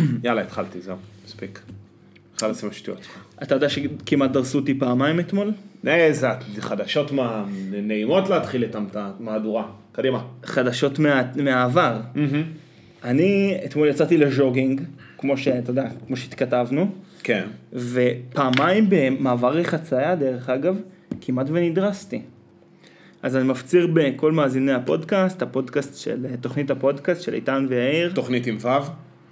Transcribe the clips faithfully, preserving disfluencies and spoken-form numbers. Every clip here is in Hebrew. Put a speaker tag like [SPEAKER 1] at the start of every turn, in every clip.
[SPEAKER 1] יאללה, התחלתי, זהו, מספיק. התחל לשים השטויות שלך.
[SPEAKER 2] אתה יודע שכמעט דרסו אותי פעמיים אתמול?
[SPEAKER 1] איזה חדשות נעימות להתחיל איתם את המהדורה. קדימה.
[SPEAKER 2] חדשות מהעבר. אני אתמול יצאתי לז'וגינג, כמו שאתה יודע, כמו שהתכתבנו.
[SPEAKER 1] כן.
[SPEAKER 2] ופעמיים במעברי חצייה, דרך אגב, כמעט ונדרסתי. אז אני מפציר בכל מאזיני הפודקאסט, הפודקאסט של, תוכנית הפודקאסט של איתן ויאיר.
[SPEAKER 1] תוכנית עם וו.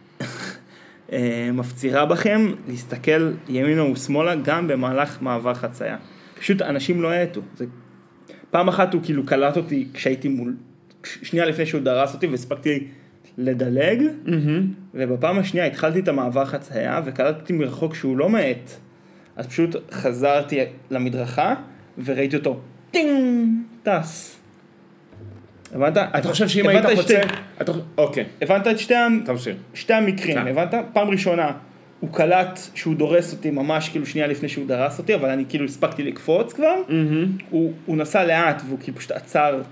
[SPEAKER 2] מפצירה בכם להסתכל ימינה ושמאלה גם במהלך מעבר חצייה. פשוט אנשים לא העטו. זה... פעם אחת הוא כאילו קלט אותי כשהייתי מול, שנייה לפני שהוא דרס אותי והספקתי לדלג, mm-hmm. ובפעם השנייה התחלתי את המעבר חצייה וקלטתי מרחוק שהוא לא מעט. אז פשוט חזרתי למדרכה וראיתי אותו טינג, טס. הבנת?
[SPEAKER 1] אתה חושב שאם היית חוצה... אוקיי.
[SPEAKER 2] הבנת את שתי המקרים. הבנת? פעם ראשונה הוא קלט שהוא דורס אותי ממש כאילו שנייה לפני שהוא דרס אותי, אבל אני כאילו הספקתי לקפוץ כבר. הוא נסע לאט והוא כאילו פשוט עצר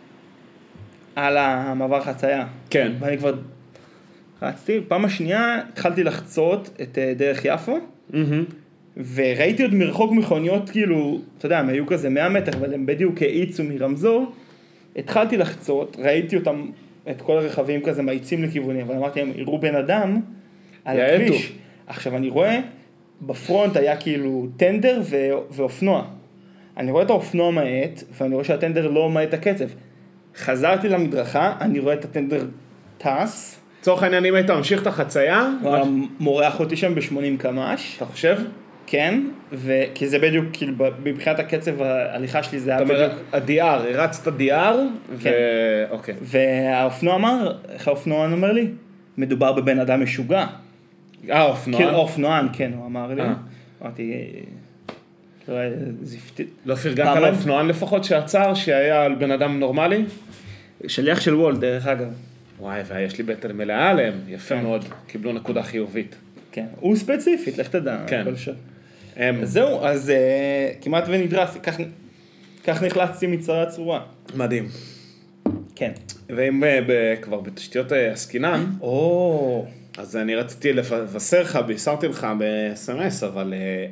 [SPEAKER 2] על המעבר חצייה.
[SPEAKER 1] כן.
[SPEAKER 2] ואני כבר רצתי. פעם השנייה התחלתי לחצות את דרך יפו. וראיתי עוד מרחוק מכוניות כאילו, אתה יודע, הם היו כזה מאה מטר, אבל הם בדיוק העיצו מרמזור. התחלתי לחצות, ראיתי אותם, את כל הרכבים כזה מאיצים לכיווני, אבל אמרתי, הם יראו בן אדם על הכביש. עכשיו אני רואה, בפרונט היה כאילו טנדר ואופנוע. אני רואה את האופנוע מעט, ואני רואה שהטנדר לא מעט הקצב. חזרתי למדרכה, אני רואה את הטנדר טס.
[SPEAKER 1] צורך העניין, אם היית ממשיך את החצייה?
[SPEAKER 2] הוא מורח אותי שם ב-שמונים קמ"ש.
[SPEAKER 1] אתה חושב?
[SPEAKER 2] כן, כי זה בדיוק, כאילו, מבחינת הקצב ההליכה שלי זה היה בדיוק...
[SPEAKER 1] הדיאר, הרצת דיאר, ו... אוקיי.
[SPEAKER 2] והאופנוע אמר, איך האופנוען אומר לי? מדובר בבן אדם משוגע.
[SPEAKER 1] אה, אופנוען?
[SPEAKER 2] כאילו, אופנוען, כן, הוא אמר לי. אמרתי, זפתי...
[SPEAKER 1] לא פרגנת על האופנוען לפחות שעצר, שהיה על בן אדם נורמלי?
[SPEAKER 2] שליח של וולט, דרך אגב.
[SPEAKER 1] וואי, ויש לי בטן מלאה עליהם, יפה מאוד, קיבלו נקודה חיובית.
[SPEAKER 2] כן, הוא ספציפית, לך תדע.
[SPEAKER 1] כן.
[SPEAKER 2] אז זהו, אז כמעט ונדרס, כך נחלצתי מצרה צרורה.
[SPEAKER 1] מדהים.
[SPEAKER 2] כן.
[SPEAKER 1] ואם כבר בתשתיות עסקינן,
[SPEAKER 2] או...
[SPEAKER 1] אז אני רציתי לבשר לך, בישרתי לך ב-אס אם אס, אבל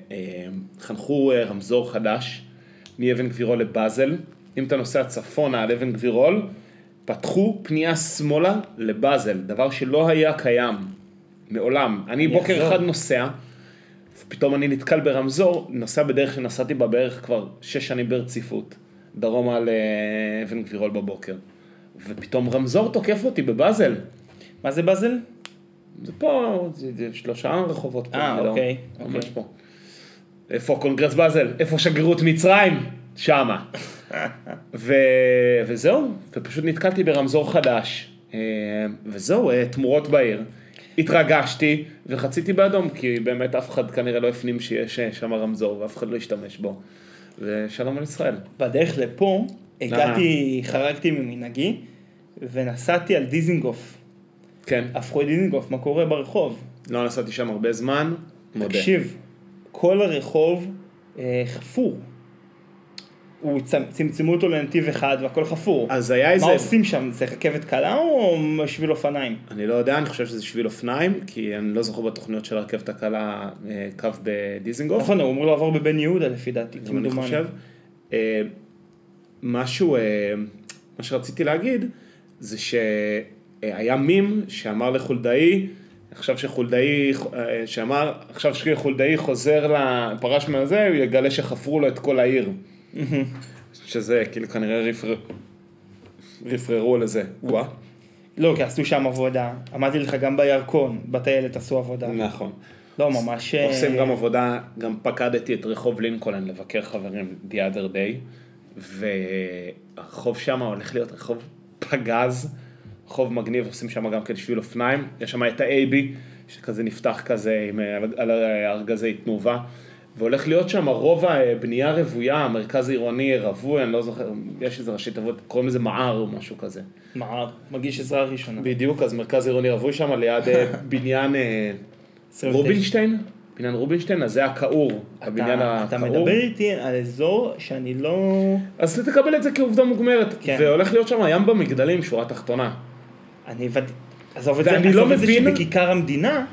[SPEAKER 1] חנכו רמזור חדש מאבן גבירול לבאזל. אם אתה נוסע צפונה על אבן גבירול, פתחו פנייה שמאלה לבאזל, דבר שלא היה קיים. מעולם. אני בוקר אחד נוסע, פתאום אני נתקל ברמזור, נוסע בדרך שנסעתי בה בערך כבר שש שנים ברציפות, דרומה לאבן גבירול בבוקר. ופתאום רמזור תוקף אותי בבאזל.
[SPEAKER 2] מה זה באזל?
[SPEAKER 1] זה פה, זה שלושה רחובות פה.
[SPEAKER 2] אה, אוקיי.
[SPEAKER 1] ממש פה. איפה קונגרס באזל? איפה שגרירות מצרים? שמה. וזהו, ופשוט נתקלתי ברמזור חדש. וזהו, תמורות בעיר. התרגשתי וחציתי באדום, כי באמת אף אחד כנראה לא הפנים שיש שם רמזור, ואף אחד לא השתמש בו. ושלום על ישראל.
[SPEAKER 2] בדרך לפה, הגעתי, חרגתי ממנהגי, ונסעתי על דיזינגוף.
[SPEAKER 1] כן.
[SPEAKER 2] הפכו את דיזינגוף, מה קורה ברחוב?
[SPEAKER 1] לא נסעתי שם הרבה זמן, מודה.
[SPEAKER 2] תקשיב, כל הרחוב אה, חפור. הוא צמצמו אותו לנתיב אחד והכל חפור.
[SPEAKER 1] אז היה איזה...
[SPEAKER 2] מה עושים שם? זה רכבת קלה או שביל אופניים?
[SPEAKER 1] אני לא יודע, אני חושב שזה שביל אופניים, כי אני לא זוכר בתוכניות של הרכבת הקלה קו בדיזינגוף.
[SPEAKER 2] נכון, הוא אמור לעבור בבן יהודה לפי דעתי.
[SPEAKER 1] אני חושב. משהו, מה שרציתי להגיד, זה שהיה מים שאמר לחולדאי, עכשיו שחולדאי, שאמר, עכשיו שחולדאי חוזר לפרש מהזה, הוא יגלה שחפרו לו את כל העיר. שזה כאילו כנראה רפררו לזה. וואה.
[SPEAKER 2] לא, כי עשו שם עבודה. אמרתי לך גם בירקון, בטיילת עשו עבודה.
[SPEAKER 1] נכון.
[SPEAKER 2] לא, ממש...
[SPEAKER 1] עושים גם עבודה, גם פקדתי את רחוב לינקולן לבקר חברים the other day, והרחוב שם הולך להיות רחוב פגז, רחוב מגניב, עושים שם גם כן שביל אופניים, יש שם את ה-איי בי, שכזה נפתח כזה עם, על ארגזי תנובה, והולך להיות שם רוב הבנייה רבויה, המרכז העירוני רבוי, אני לא זוכר, יש איזה ראשי תיבות, קוראים לזה מער או משהו כזה.
[SPEAKER 2] מער, מגיש עזרה ראשונה.
[SPEAKER 1] בדיוק, אז מרכז עירוני רבוי שם, ליד בניין רובינשטיין, בניין רובינשטיין, אז זה הכאור, הבניין הכאור.
[SPEAKER 2] אתה מדבר איתי על אזור שאני לא...
[SPEAKER 1] אז תקבל את זה כעובדה מוגמרת, והולך להיות שם ים במגדלים, שורה תחתונה.
[SPEAKER 2] אני עזוב את זה, אני לא מבין שבכיכר המדינה,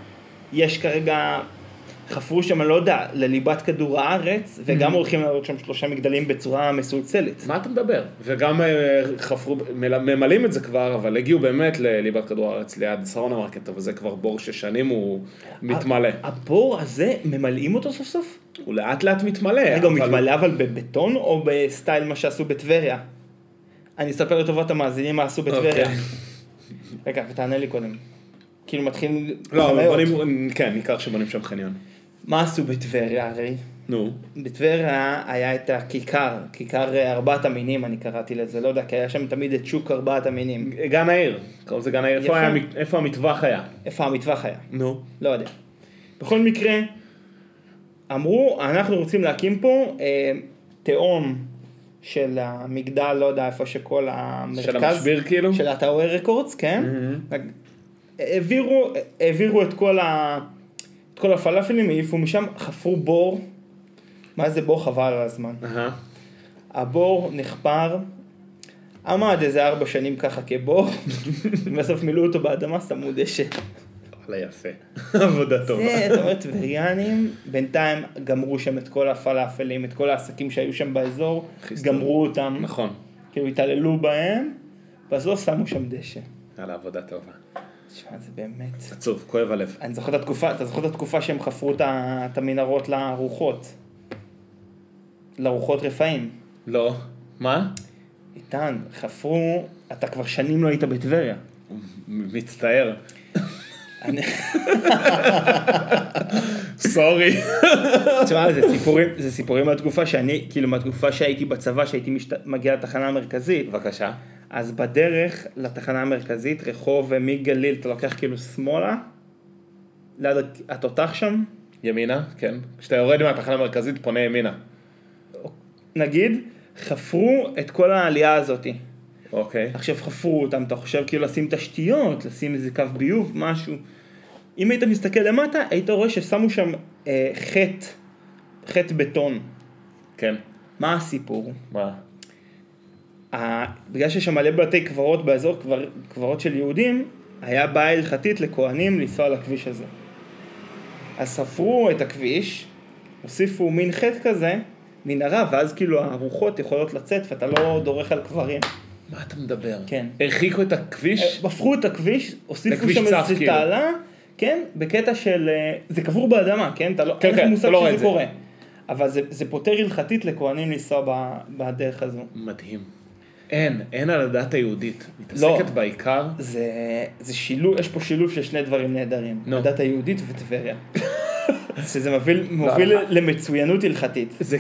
[SPEAKER 2] יש כרגע, חפרו שם, אני לא יודע, לליבת כדור הארץ, וגם הולכים לעלות שם שלושה מגדלים בצורה מסולצלת.
[SPEAKER 1] מה אתה מדבר? וגם חפרו, ממלאים את זה כבר, אבל הגיעו באמת לליבת כדור הארץ ליד סרונה מרקט, אבל זה כבר בור ששנים הוא מתמלא.
[SPEAKER 2] הבור הזה, ממלאים אותו סוף סוף?
[SPEAKER 1] הוא לאט לאט מתמלא.
[SPEAKER 2] רגע, הוא מתמלא אבל בבטון או בסטייל מה שעשו בטבריה? אני אספר לטובת המאזינים מה עשו בטבריה. רגע, ותענה לי קודם. כאילו מתחילים...
[SPEAKER 1] לא, כן, ניכר שבונים שם חניון.
[SPEAKER 2] מה עשו בטבריה הרי?
[SPEAKER 1] נו.
[SPEAKER 2] בטבריה היה את הכיכר, כיכר ארבעת המינים אני קראתי לזה, לא יודע, כי היה שם תמיד את שוק ארבעת המינים.
[SPEAKER 1] גן העיר, קראו זה גן העיר, איפה המטווח היה?
[SPEAKER 2] איפה המטווח היה?
[SPEAKER 1] נו.
[SPEAKER 2] לא יודע. בכל מקרה, אמרו, אנחנו רוצים להקים פה אה, תאום של המגדל, לא יודע איפה שכל המרכז.
[SPEAKER 1] של המשביר כאילו?
[SPEAKER 2] של הטאוור רקורדס, כן. Mm-hmm. העבירו, העבירו את כל ה... את כל הפלאפלים, העיפו משם, חפרו בור. מה זה בור? חבל על הזמן.
[SPEAKER 1] Uh-huh.
[SPEAKER 2] הבור נחפר, עמד איזה ארבע שנים ככה כבור, ובסוף מילאו אותו באדמה, שמו דשא.
[SPEAKER 1] וואלה יפה, עבודה טובה.
[SPEAKER 2] זה, אתה אומר, טבריאנים, בינתיים גמרו שם את כל הפלאפלים, את כל העסקים שהיו שם באזור, גמרו אותם.
[SPEAKER 1] נכון.
[SPEAKER 2] כאילו התעללו בהם, בסוף שמו שם דשא.
[SPEAKER 1] יאללה, עבודה טובה.
[SPEAKER 2] תשמע, זה באמת...
[SPEAKER 1] עצוב, כואב הלב.
[SPEAKER 2] אני זוכר את התקופה, אתה זוכר את התקופה שהם חפרו את המנהרות לרוחות. לרוחות רפאים.
[SPEAKER 1] לא. מה?
[SPEAKER 2] איתן, חפרו, אתה כבר שנים לא היית בטבריה.
[SPEAKER 1] מצטער. סורי.
[SPEAKER 2] תשמע, זה סיפורים, זה סיפורים מהתקופה שאני, כאילו מהתקופה שהייתי בצבא, שהייתי משת... מגיע לתחנה המרכזית.
[SPEAKER 1] בבקשה.
[SPEAKER 2] אז בדרך לתחנה המרכזית, רחוב מגליל, אתה לוקח כאילו שמאלה, ליד התותח שם.
[SPEAKER 1] ימינה, כן. כשאתה יורד מהתחנה המרכזית, פונה ימינה.
[SPEAKER 2] נגיד, חפרו את כל העלייה הזאת.
[SPEAKER 1] אוקיי.
[SPEAKER 2] עכשיו חפרו אותם, אתה חושב כאילו לשים תשתיות, לשים איזה קו ביוב, משהו. אם היית מסתכל למטה, היית רואה ששמו שם אה, חטא, חטא בטון.
[SPEAKER 1] כן.
[SPEAKER 2] מה הסיפור?
[SPEAKER 1] מה?
[SPEAKER 2] ה... בגלל שיש שם מלא בתי קברות באזור, קבר... קברות של יהודים, היה בעיה הלכתית לכהנים לנסוע לכביש הזה. אז ספרו את הכביש, הוסיפו מין חטא כזה, מנהרה, ואז כאילו הרוחות יכולות לצאת, ואתה לא דורך על קברים.
[SPEAKER 1] מה אתה מדבר?
[SPEAKER 2] כן.
[SPEAKER 1] הרחיקו את הכביש?
[SPEAKER 2] הפכו את הכביש, הוסיפו שם איזו
[SPEAKER 1] כאילו.
[SPEAKER 2] תעלה, כן, בקטע של, זה קבור באדמה, כן? אתה לא,
[SPEAKER 1] כן,
[SPEAKER 2] אין
[SPEAKER 1] כן,
[SPEAKER 2] לך מושג
[SPEAKER 1] לא
[SPEAKER 2] שזה קורה. אבל זה, זה פותר הלכתית לכהנים לנסוע בדרך הזו.
[SPEAKER 1] מדהים. אין, אין על הדת היהודית. מתעסקת
[SPEAKER 2] לא.
[SPEAKER 1] בעיקר.
[SPEAKER 2] זה, זה שילוב, יש פה שילוב של שני דברים נהדרים.
[SPEAKER 1] No.
[SPEAKER 2] הדת היהודית וטבריה. שזה מוביל, מוביל למצוינות הלכתית.
[SPEAKER 1] זה...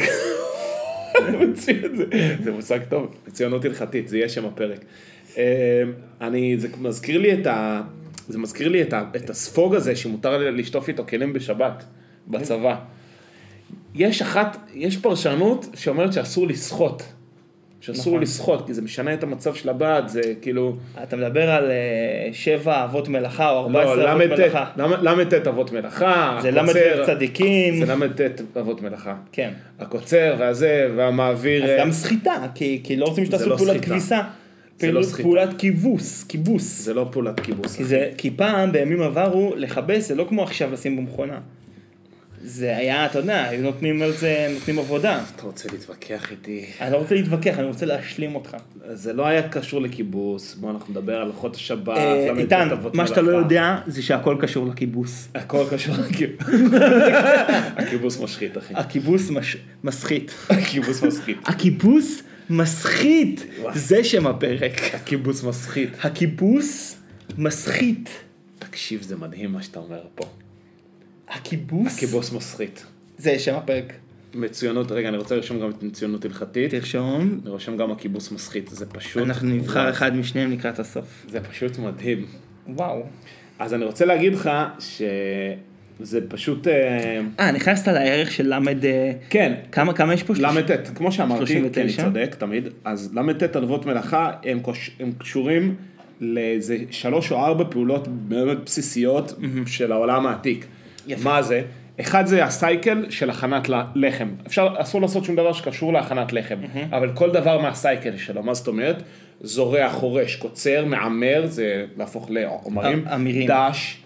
[SPEAKER 1] זה מושג טוב, מצוינות הלכתית, זה יהיה שם הפרק. אני, זה מזכיר לי את ה... זה מזכיר לי את, ה, את הספוג הזה שמותר לשטוף איתו כלים בשבת, בצבא. יש אחת, יש פרשנות שאומרת שאסור לשחות. שאסור
[SPEAKER 2] נכון.
[SPEAKER 1] לשחות, כי זה משנה את המצב של הבד, זה כאילו...
[SPEAKER 2] אתה מדבר על uh, שבע אבות מלאכה או ארבע עשרה
[SPEAKER 1] לא,
[SPEAKER 2] אבות מלאכה.
[SPEAKER 1] למד תת אבות מלאכה,
[SPEAKER 2] זה למד תת צדיקים.
[SPEAKER 1] זה למד תת אבות מלאכה.
[SPEAKER 2] כן.
[SPEAKER 1] הקוצר והזה והמעביר...
[SPEAKER 2] אז גם סחיטה, כי, כי לא רוצים שתעשו
[SPEAKER 1] לא
[SPEAKER 2] פעולת
[SPEAKER 1] סחיטה.
[SPEAKER 2] כביסה.
[SPEAKER 1] זה לא סחיטה.
[SPEAKER 2] פעולת כיבוס, כיבוס.
[SPEAKER 1] זה לא פעולת כיבוס.
[SPEAKER 2] כי, זה, כי פעם בימים עברו לכבס, זה לא כמו עכשיו לשים במכונה. זה היה, אתה יודע, היו נותנים על זה, נותנים עבודה.
[SPEAKER 1] אתה רוצה להתווכח איתי?
[SPEAKER 2] אני לא רוצה להתווכח, אני רוצה להשלים אותך.
[SPEAKER 1] זה לא היה קשור לכיבוס, בוא אנחנו נדבר על הלכות השבת.
[SPEAKER 2] איתן, מה שאתה לא יודע זה שהכל קשור לכיבוס.
[SPEAKER 1] הכל קשור לכיבוס. הכיבוס משחית, אחי.
[SPEAKER 2] הכיבוס מסחית.
[SPEAKER 1] הכיבוס מסחית.
[SPEAKER 2] הכיבוס מסחית. זה שם הפרק.
[SPEAKER 1] הכיבוס מסחית.
[SPEAKER 2] הכיבוס מסחית.
[SPEAKER 1] תקשיב, זה מדהים מה שאתה אומר פה.
[SPEAKER 2] הכיבוס?
[SPEAKER 1] הכיבוס מסחית.
[SPEAKER 2] זה שם הפרק.
[SPEAKER 1] מצוינות, רגע, אני רוצה לרשום גם את מצוינות הלכתית.
[SPEAKER 2] תרשום.
[SPEAKER 1] אני רושם גם הכיבוס מסחית, זה פשוט...
[SPEAKER 2] אנחנו נבחר אחד משניהם לקראת הסוף.
[SPEAKER 1] זה פשוט מדהים.
[SPEAKER 2] וואו.
[SPEAKER 1] אז אני רוצה להגיד לך שזה פשוט...
[SPEAKER 2] אה, נכנסת לערך של למד...
[SPEAKER 1] כן.
[SPEAKER 2] כמה, כמה יש פה?
[SPEAKER 1] למד תת, כמו שאמרתי, כי אני צודק תמיד, אז למד תת הלוות מלאכה, הם, הם קשורים לאיזה שלוש או ארבע פעולות באמת בסיסיות של העולם העתיק. יפה. מה זה? אחד זה הסייקל של הכנת לחם. אפשר, אסור לעשות שום דבר שקשור להכנת לחם, mm-hmm. אבל כל דבר מהסייקל שלו, מה זאת אומרת? זורע, חורש, קוצר, מעמר, זה להפוך לעומרים,
[SPEAKER 2] אמירים.
[SPEAKER 1] דש,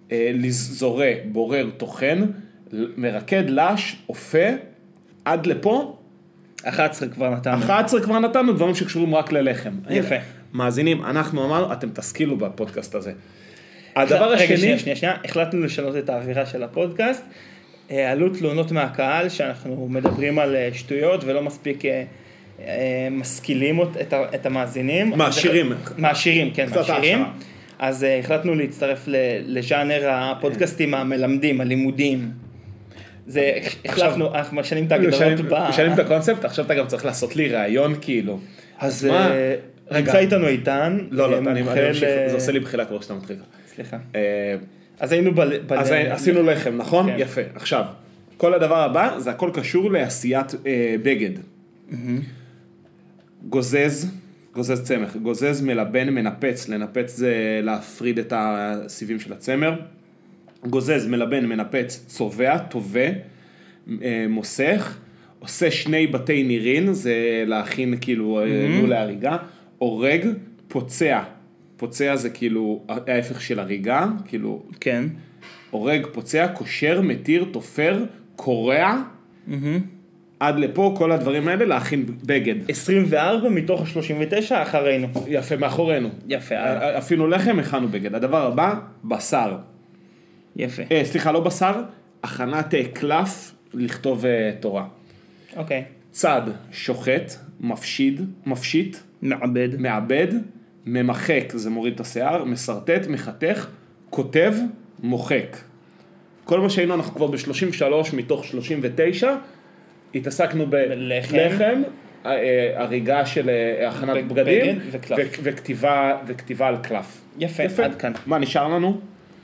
[SPEAKER 1] זורה, בורר, טוחן, מרקד, לש, אופה, עד לפה,
[SPEAKER 2] אחת עשרה כבר נתנו.
[SPEAKER 1] אחת עשרה כבר נתנו, דברים שקשורים רק ללחם.
[SPEAKER 2] יפה.
[SPEAKER 1] מאזינים, אנחנו אמרנו, אתם תשכילו בפודקאסט הזה. הדבר השני...
[SPEAKER 2] רגע, שנייה, שנייה, שנייה, החלטנו לשנות את האווירה של הפודקאסט. עלו תלונות מהקהל שאנחנו מדברים על שטויות ולא מספיק משכילים את המאזינים.
[SPEAKER 1] מעשירים.
[SPEAKER 2] מעשירים, כן, מעשירים. אז החלטנו להצטרף לז'אנר הפודקאסטים המלמדים, הלימודיים. זה, החלפנו, אנחנו משנים את ההגדרות ב...
[SPEAKER 1] משנים את הקונספט, עכשיו אתה גם צריך לעשות לי רעיון כאילו.
[SPEAKER 2] אז נמצא איתנו איתן.
[SPEAKER 1] לא, לא, אני ממשיך, זה עושה לי בחילה כבר שאתה מתחיל.
[SPEAKER 2] סליחה. אז היינו ב...
[SPEAKER 1] אז עשינו לחם, נכון? יפה. עכשיו, כל הדבר הבא, זה הכל קשור לעשיית בגד. גוזז, גוזז צמח, גוזז, מלבן, מנפץ, לנפץ זה להפריד את הסיבים של הצמר. גוזז, מלבן, מנפץ, צובע, טובה, מוסך, עושה שני בתי נירין, זה להכין כאילו לול להריגה, אורג, פוצע, פוצע זה כאילו ההפך של הריגה, כאילו,
[SPEAKER 2] כן.
[SPEAKER 1] אורג, פוצע, קושר, מתיר, תופר, קורע, עד לפה כל הדברים האלה להכין בגד.
[SPEAKER 2] עשרים וארבע מתוך ה-שלושים ותשע אחרינו.
[SPEAKER 1] יפה, מאחורינו.
[SPEAKER 2] יפה.
[SPEAKER 1] אפילו לחם הכנו בגד. הדבר הבא, בשר.
[SPEAKER 2] יפה.
[SPEAKER 1] אה, סליחה, לא בשר, הכנת קלף לכתוב תורה.
[SPEAKER 2] אוקיי.
[SPEAKER 1] צד, שוחט, מפשיד, מפשיט.
[SPEAKER 2] מעבד.
[SPEAKER 1] מעבד, ממחק, זה מוריד את השיער, מסרטט, מחתך, כותב, מוחק. כל מה שהיינו, אנחנו כבר ב-שלושים ושלוש מתוך שלושים ותשע, התעסקנו בלחם, הריגה של הכנת בגדים, וכתיבה, וכתיבה על קלף.
[SPEAKER 2] יפה, עד כאן.
[SPEAKER 1] מה נשאר לנו?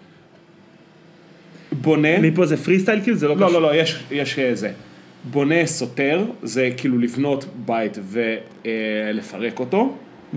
[SPEAKER 1] בונה.
[SPEAKER 2] מפה זה פרי סטייל כאילו? זה לא
[SPEAKER 1] קשור. לא, לא, לא, יש, יש זה. בונה סותר, זה כאילו לבנות בית ולפרק אותו.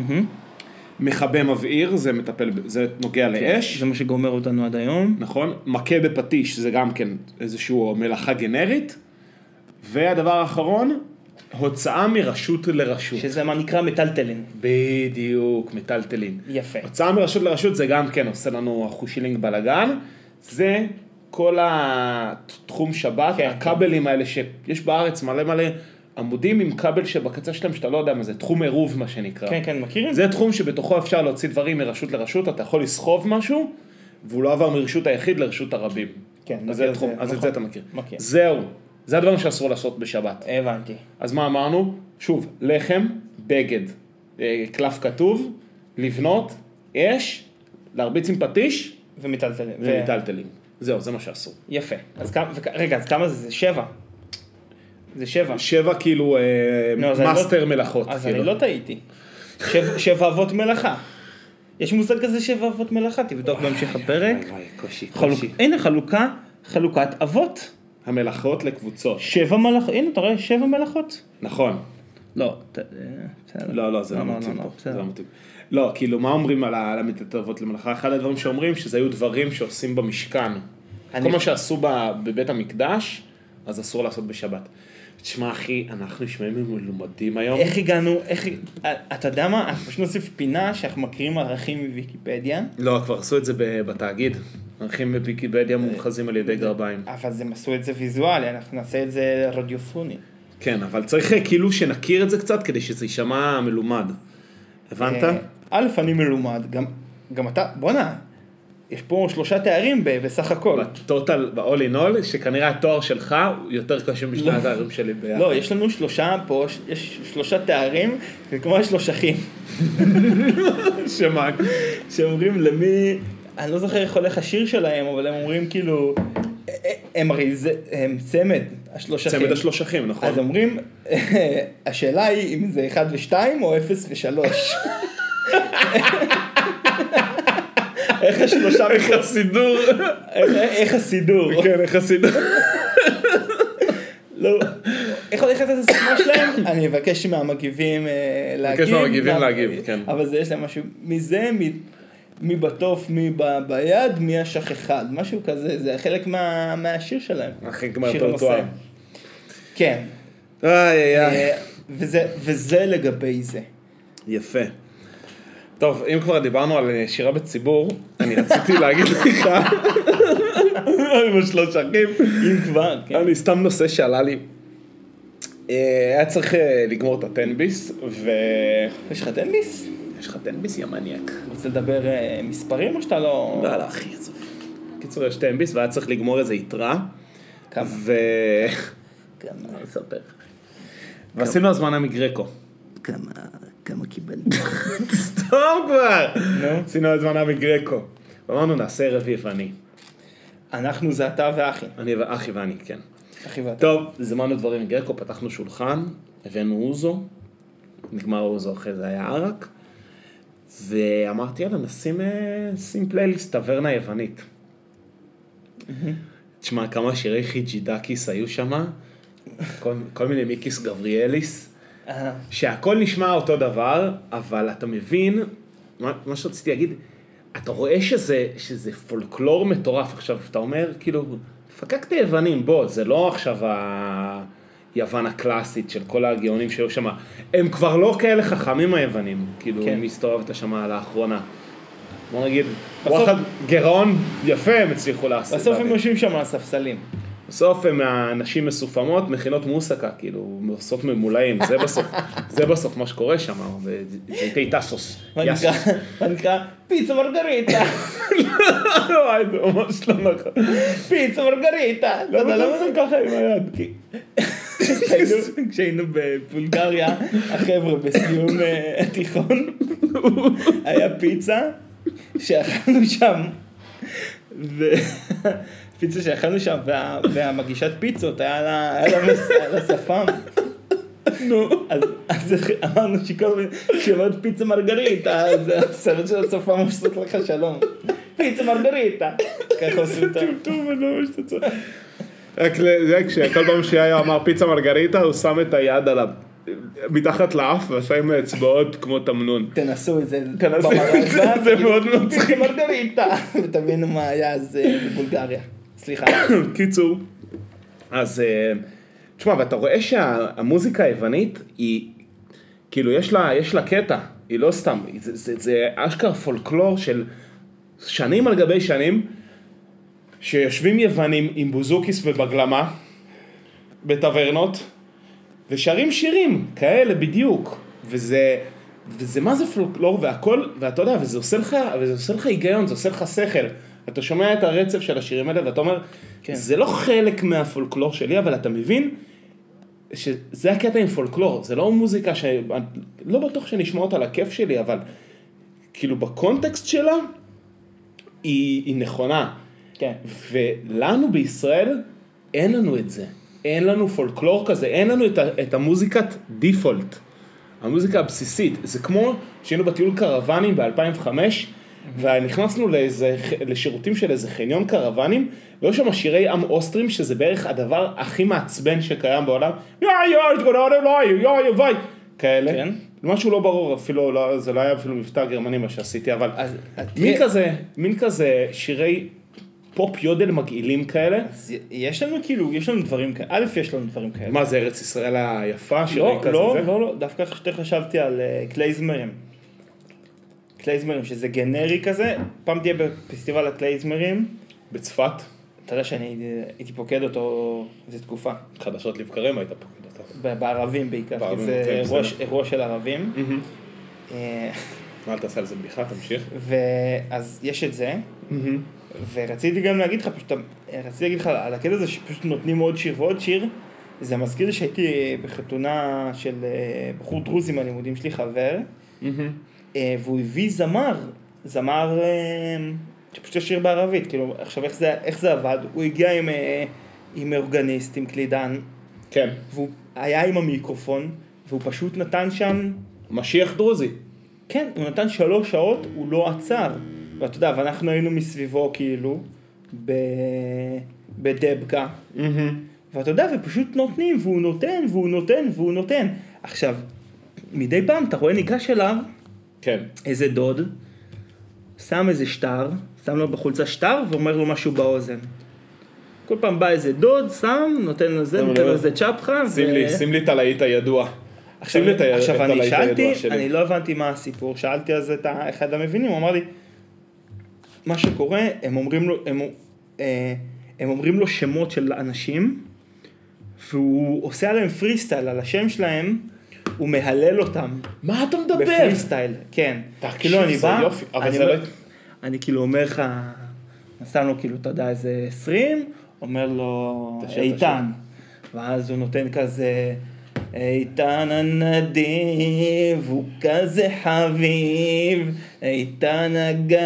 [SPEAKER 1] מכבה מבעיר, זה מטפל, זה נוגע לאש.
[SPEAKER 2] זה מה שגומר אותנו עד היום.
[SPEAKER 1] נכון. מכה בפטיש, זה גם כן איזשהו מלאכה גנרית. והדבר האחרון, הוצאה מרשות לרשות.
[SPEAKER 2] שזה מה נקרא מטלטלין.
[SPEAKER 1] בדיוק, מטלטלין.
[SPEAKER 2] יפה.
[SPEAKER 1] הוצאה מרשות לרשות זה גם כן עושה לנו אחושילינג בלגן. זה כל התחום שבת, כן, הכבלים כן. האלה שיש בארץ מלא מלא עמודים עם כבל שבקצה שלהם שאתה לא יודע מה זה, תחום עירוב מה שנקרא.
[SPEAKER 2] כן, כן, מכירים?
[SPEAKER 1] זה תחום שבתוכו אפשר להוציא דברים מרשות לרשות, אתה יכול לסחוב משהו, והוא לא עבר מרשות היחיד לרשות הרבים. כן, אז זה תחום, אז את זה אתה מכיר. מכיר. זהו. זה הדברים שאסור לעשות בשבת.
[SPEAKER 2] הבנתי.
[SPEAKER 1] אז מה אמרנו? שוב, לחם, בגד, קלף כתוב, לבנות, אש, להרביץ עם פטיש,
[SPEAKER 2] ומטלטלים.
[SPEAKER 1] ומטלטלים. זהו, זה מה שאסור.
[SPEAKER 2] יפה. אז כמה, רגע, אז כמה זה? זה שבע. זה שבע.
[SPEAKER 1] שבע כאילו מאסטר מלאכות.
[SPEAKER 2] אז אני לא טעיתי. שבע אבות מלאכה. יש מושג כזה שבע אבות מלאכה, תבדוק בהמשך הפרק.
[SPEAKER 1] קושי, קושי.
[SPEAKER 2] הנה חלוקה, חלוקת אבות.
[SPEAKER 1] המלאכות לקבוצות.
[SPEAKER 2] שבע מלאכות, הנה אתה רואה, שבע מלאכות.
[SPEAKER 1] נכון.
[SPEAKER 2] לא,
[SPEAKER 1] לא, לא, זה לא מתאים פה. זה לא מתאים. לא, כאילו, מה אומרים על המתת אבות למלאכה? אחד הדברים שאומרים שזה היו דברים שעושים במשכן. כל מה שעשו בבית המקדש, אז אסור לעשות בשבת. תשמע, אחי, אנחנו נשמעים מלומדים היום.
[SPEAKER 2] איך הגענו, איך, אתה יודע מה? אנחנו פשוט נוסיף פינה שאנחנו מכירים ערכים מוויקיפדיה.
[SPEAKER 1] לא, כבר עשו את זה בתאגיד. ערכים בוויקיפדיה מורחזים על ידי גרביים.
[SPEAKER 2] אבל הם עשו את זה ויזואלי, אנחנו נעשה את זה רדיופוני.
[SPEAKER 1] כן, אבל צריך כאילו שנכיר את זה קצת כדי שזה יישמע מלומד. הבנת?
[SPEAKER 2] א', אני מלומד, גם אתה, בוא נע. יש פה שלושה תארים בסך הכל.
[SPEAKER 1] בטוטל, ב-all in all, שכנראה התואר שלך הוא יותר קשה משני התארים שלי ביחד.
[SPEAKER 2] לא, יש לנו שלושה פה, יש שלושה תארים, זה כמו שלושכים.
[SPEAKER 1] שמה?
[SPEAKER 2] שאומרים למי, אני לא זוכר איך הולך השיר שלהם, אבל הם אומרים כאילו, הם הרי זה, הם צמד השלושכים.
[SPEAKER 1] צמד השלושכים, נכון.
[SPEAKER 2] אז אומרים, השאלה היא אם זה אחד ושתיים או אפס ושלוש. איך השלושה...
[SPEAKER 1] איך הסידור.
[SPEAKER 2] איך הסידור.
[SPEAKER 1] כן, איך הסידור.
[SPEAKER 2] לא. איך הולכת את הסידור שלהם? אני אבקש מהמגיבים להגיב.
[SPEAKER 1] אבקש מהמגיבים להגיב, כן.
[SPEAKER 2] אבל זה יש להם משהו, מזה, מי בטוף, מי ביד, מי השכחד. משהו כזה, זה חלק מהשיר שלהם.
[SPEAKER 1] הכי גמר פרטואר.
[SPEAKER 2] כן.
[SPEAKER 1] איי, איי.
[SPEAKER 2] וזה לגבי זה.
[SPEAKER 1] יפה. טוב, אם כבר דיברנו על שירה בציבור, אני רציתי להגיד לך עם השלוש אחים.
[SPEAKER 2] אם כבר, כן.
[SPEAKER 1] אני סתם נושא שעלה לי. היה צריך לגמור את הטנביס, ו...
[SPEAKER 2] יש לך טנביס?
[SPEAKER 1] יש לך טנביס, יא מניאק.
[SPEAKER 2] רוצה לדבר מספרים או שאתה לא...
[SPEAKER 1] לא, לא, אחי, עזוב. קיצור, יש טנביס, והיה צריך לגמור איזה יתרה.
[SPEAKER 2] כמה?
[SPEAKER 1] ו...
[SPEAKER 2] כמה? אני אספר.
[SPEAKER 1] ועשינו הזמנה מגרקו.
[SPEAKER 2] כמה, כמה קיבלנו?
[SPEAKER 1] סתום כבר!
[SPEAKER 2] נו.
[SPEAKER 1] עשינו הזמנה מגרקו. ואמרנו, נעשה ערב יווני.
[SPEAKER 2] אנחנו זה אתה ואחי.
[SPEAKER 1] אני ואחי ואני, כן.
[SPEAKER 2] אחי ואתה.
[SPEAKER 1] טוב, זמנו דברים מגרקו, פתחנו שולחן, הבאנו אוזו, נגמר אוזו אחרי זה היה ערק, ואמרתי, יאללה, נשים, נשים פלייליסט טברנה יוונית. תשמע, כמה שירי חיג'ידקיס היו שם, כל, כל מיני מיקיס גבריאליס, שהכל נשמע אותו דבר, אבל אתה מבין, מה, מה שרציתי להגיד, אתה רואה שזה, שזה פולקלור מטורף. עכשיו, אתה אומר, כאילו, פקקת יוונים, בוא, זה לא עכשיו היוון הקלאסית של כל הגאונים שהיו שם, הם כבר לא כאלה חכמים היוונים, כאילו, כן. מסתובבת שם לאחרונה. בוא נגיד, וואחד גרעון יפה הם הצליחו לעשות.
[SPEAKER 2] בסוף הם יושבים שם על הספסלים.
[SPEAKER 1] בסוף הם האנשים מסופמות, מכינות מוסקה, כאילו, עושות ממולאים, זה בסוף, זה בסוף מה שקורה שם, וזה טסוס.
[SPEAKER 2] מה נקרא? פיצה מרגריטה.
[SPEAKER 1] לא, זה ממש לא נכון.
[SPEAKER 2] פיצה מרגריטה.
[SPEAKER 1] למה אתה עושה ככה עם היד?
[SPEAKER 2] כשהיינו בבולגריה, החבר'ה בסיום התיכון, היה פיצה שאכלנו שם, פיצה שאכלנו שם, והמגישת פיצות היה לה שפם. נו. אז אמרנו שאומרת פיצה מרגריטה, אז הסרט של השפם עושות לך שלום. פיצה מרגריטה. ככה עושים טוב.
[SPEAKER 1] טוב, אני לא ממש תצא. רק זה, כשכל פעם שהיה אמר פיצה מרגריטה, הוא שם את היד עליו. מתחת לאף ועשה עם האצבעות כמו תמנון.
[SPEAKER 2] תנסו את זה.
[SPEAKER 1] תנסו את זה, זה מאוד מצחיק.
[SPEAKER 2] פיצה מרגריטה. ותבינו מה היה אז בבולגריה. סליחה.
[SPEAKER 1] קיצור. אז, תשמע, ואתה רואה שהמוזיקה היוונית היא, כאילו יש לה, יש לה קטע, היא לא סתם, זה, זה, זה אשכרה פולקלור של שנים על גבי שנים, שיושבים יוונים עם בוזוקיס ובגלמה, בטברנות, ושרים שירים כאלה בדיוק, וזה, וזה מה זה פולקלור והכל, ואתה יודע, וזה עושה לך, וזה עושה לך היגיון, זה עושה לך שכל, אתה שומע את הרצף של השירים האלה, ואתה אומר, כן. זה לא חלק מהפולקלור שלי, אבל אתה מבין שזה הקטע עם פולקלור, זה לא מוזיקה ש... לא בטוח שנשמע אותה לכיף שלי, אבל כאילו בקונטקסט שלה, היא, היא נכונה.
[SPEAKER 2] כן.
[SPEAKER 1] ולנו בישראל אין לנו את זה. אין לנו פולקלור כזה, אין לנו את, ה, את המוזיקת דיפולט, המוזיקה הבסיסית. זה כמו שהיינו בטיול קרוונים ב-אלפיים וחמש, ונכנסנו לאיזה, לשירותים של איזה חניון קרוונים, והיו שם שירי עם אוסטרים, שזה בערך הדבר הכי מעצבן שקיים בעולם. יא יא, תגודד אליי, יא יא ויי. כאלה. כן. משהו לא ברור, אפילו, לא, זה לא היה אפילו מבטא גרמני מה שעשיתי, אבל אז, מין כזה, מין כזה שירי פופ יודל מגעילים כאלה.
[SPEAKER 2] אז יש לנו כאילו, יש לנו דברים כאלה, א' יש לנו דברים כאלה.
[SPEAKER 1] מה זה, ארץ ישראל היפה, שירי
[SPEAKER 2] לא,
[SPEAKER 1] כזה?
[SPEAKER 2] לא,
[SPEAKER 1] זה?
[SPEAKER 2] לא, לא, דווקא חשבתי על uh, קלייזמרים. קלייזמרים, שזה גנרי כזה, פעם תהיה בפסטיבל הקלייזמרים.
[SPEAKER 1] בצפת?
[SPEAKER 2] אתה יודע שאני הייתי פוקד אותו איזו תקופה.
[SPEAKER 1] חדשות לבקרים היית פוקד אותו.
[SPEAKER 2] בערבים בעיקר, כי זה אירוע של ערבים.
[SPEAKER 1] אל תעשה על זה בדיחה, תמשיך.
[SPEAKER 2] ואז יש את זה, ורציתי גם להגיד לך, פשוט, רציתי להגיד לך על הקטע הזה שפשוט נותנים עוד שיר ועוד שיר, זה מזכיר לי שהייתי בחתונה של בחור דרוזי מהלימודים שלי, חבר, והוא הביא זמר, זמר שפשוט שיר בערבית, כאילו, עכשיו איך זה, איך זה עבד? הוא הגיע עם, עם אורגניסט, עם קלידן,
[SPEAKER 1] כן.
[SPEAKER 2] והוא היה עם המיקרופון, והוא פשוט נתן שם...
[SPEAKER 1] משיח דרוזי.
[SPEAKER 2] כן, הוא נתן שלוש שעות, הוא לא עצר. ואתה יודע, ואנחנו היינו מסביבו כאילו, ב... בדבקה. Mm-hmm. ואתה יודע, ופשוט נותנים, והוא נותן, והוא נותן, והוא נותן. עכשיו, מדי פעם אתה רואה ניגש אליו,
[SPEAKER 1] כן.
[SPEAKER 2] איזה דוד, שם איזה שטר, שם לו בחולצה שטר, ואומר לו משהו באוזן. כל פעם בא איזה דוד, שם, נותן לו זה, נותן לו איזה צ'פחה.
[SPEAKER 1] שים לי, שים לי את הלהיט הידוע.
[SPEAKER 2] עכשיו, עכשיו אני שאלתי, אני לא הבנתי מה הסיפור, שאלתי אז את אחד המבינים, הוא אמר לי, מה שקורה, הם אומרים לו, הם, אה, הם אומרים לו שמות של אנשים, והוא עושה עליהם פרי סטייל, על השם שלהם, הוא מהלל אותם.
[SPEAKER 1] מה אתה מדבר?
[SPEAKER 2] בפרי סטייל, כן. כאילו אני בא,
[SPEAKER 1] יופי, אבל
[SPEAKER 2] אני,
[SPEAKER 1] זה
[SPEAKER 2] אומר,
[SPEAKER 1] לא...
[SPEAKER 2] אני כאילו אומר לך, נשם לו כאילו, אתה יודע, איזה עשרים, אומר לו, איתן. ואז הוא נותן כזה, איתן הנדיב, הוא כזה חביב, איתן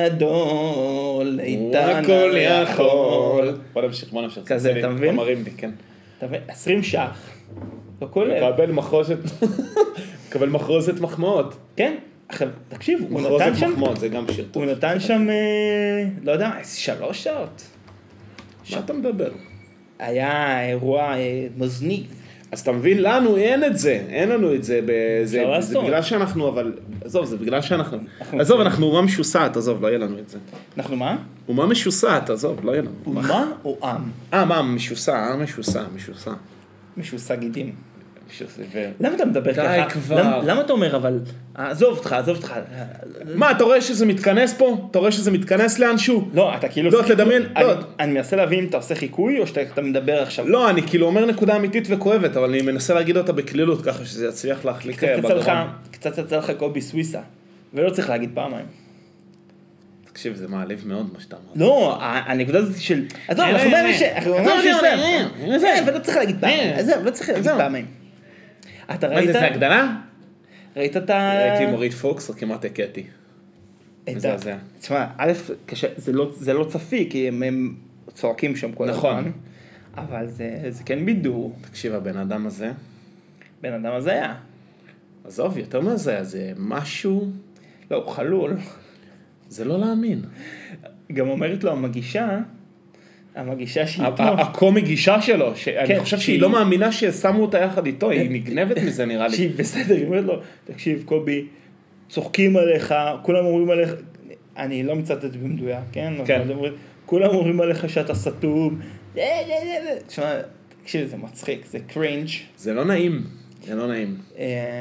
[SPEAKER 2] הגדול, איתן
[SPEAKER 1] הכל יכול. בוא נמשיך, בוא נמשיך.
[SPEAKER 2] כזה, אתה מבין?
[SPEAKER 1] תמרים לי, כן.
[SPEAKER 2] אתה מבין? עשרים שח. לא כולל.
[SPEAKER 1] מקבל מחרוזת, מקבל מחרוזת מחמאות.
[SPEAKER 2] כן. עכשיו, תקשיב, הוא נתן
[SPEAKER 1] מחרוזת
[SPEAKER 2] שם,
[SPEAKER 1] מחמאות, זה גם שיר טוב.
[SPEAKER 2] הוא נתן שם, אה, לא יודע, שלוש שעות.
[SPEAKER 1] מה אתה מדבר?
[SPEAKER 2] היה אירוע אה, מזניק.
[SPEAKER 1] אז אתה מבין, לנו אין את זה, אין לנו את זה, זה,
[SPEAKER 2] אפשר
[SPEAKER 1] זה
[SPEAKER 2] לעשות.
[SPEAKER 1] בגלל שאנחנו, אבל, עזוב, זה בגלל שאנחנו, עזוב, אנחנו אומה משוסעת, עזוב, לא יהיה לנו את זה.
[SPEAKER 2] אנחנו מה?
[SPEAKER 1] אומה משוסעת, עזוב, לא יהיה לנו.
[SPEAKER 2] אומה או עם?
[SPEAKER 1] אה, מה, משוסע, עם משוסע, משוסע.
[SPEAKER 2] משוסע גידים.
[SPEAKER 1] משוסע, ו...
[SPEAKER 2] למה אתה מדבר
[SPEAKER 1] די
[SPEAKER 2] ככה?
[SPEAKER 1] כבר.
[SPEAKER 2] למה, למה אתה אומר אבל, עזוב אותך, עזוב אותך.
[SPEAKER 1] מה, אתה רואה שזה מתכנס פה? אתה רואה שזה מתכנס לאנשהו?
[SPEAKER 2] לא, אתה כאילו...
[SPEAKER 1] לא, תדמיין,
[SPEAKER 2] אני,
[SPEAKER 1] לא.
[SPEAKER 2] אני מנסה להבין אם אתה עושה חיקוי או שאתה אתה מדבר עכשיו.
[SPEAKER 1] לא, אני כאילו אומר נקודה אמיתית וכואבת, אבל אני מנסה להגיד אותה בכלילות ככה שזה יצליח להחליק
[SPEAKER 2] קצת יצא לך,
[SPEAKER 1] בגרון.
[SPEAKER 2] קצת יצא לך קובי סוויסה, ולא צריך להגיד פעמיים.
[SPEAKER 1] תקשיב, זה מעליב מאוד מה שאתה אמר.
[SPEAKER 2] לא, הנקודה הזאת של... עזוב, אנחנו אומרים ש... אנחנו אומרים שזה... זה, ולא צריך להגיד פעמיים. עזוב, לא צריך להגיד פעמיים. אתה ראית...
[SPEAKER 1] מה זה, זה הגדלה?
[SPEAKER 2] ראית את ה...
[SPEAKER 1] ראיתי מורית פוקס, רק כמעט הקטי. מזעזע.
[SPEAKER 2] תשמע, א', זה לא צפי, כי הם צועקים שם כל הזמן.
[SPEAKER 1] נכון.
[SPEAKER 2] אבל זה כן בידור.
[SPEAKER 1] תקשיב, הבן אדם הזה,
[SPEAKER 2] בן אדם הזה היה.
[SPEAKER 1] עזוב, יותר מזה, זה משהו,
[SPEAKER 2] לא, הוא חלול.
[SPEAKER 1] זה לא להאמין.
[SPEAKER 2] גם אומרת לו המגישה, המגישה שהיא איתו.
[SPEAKER 1] הקומי גישה שלו, שאני
[SPEAKER 2] כן,
[SPEAKER 1] חושב
[SPEAKER 2] שהיא-
[SPEAKER 1] שהיא לא מאמינה ששמו אותה יחד איתו, היא נגנבת מזה נראה לי.
[SPEAKER 2] שהיא בסדר, היא אומרת לו, תקשיב קובי, צוחקים עליך, כולם אומרים עליך, אני לא מצטט במדויק, כן?
[SPEAKER 1] כן.
[SPEAKER 2] אבל אומרים, כולם אומרים עליך שאתה סתום. תשמע, תקשיב, זה מצחיק, זה קרינג'.
[SPEAKER 1] זה לא נעים, זה לא נעים.
[SPEAKER 2] אמ,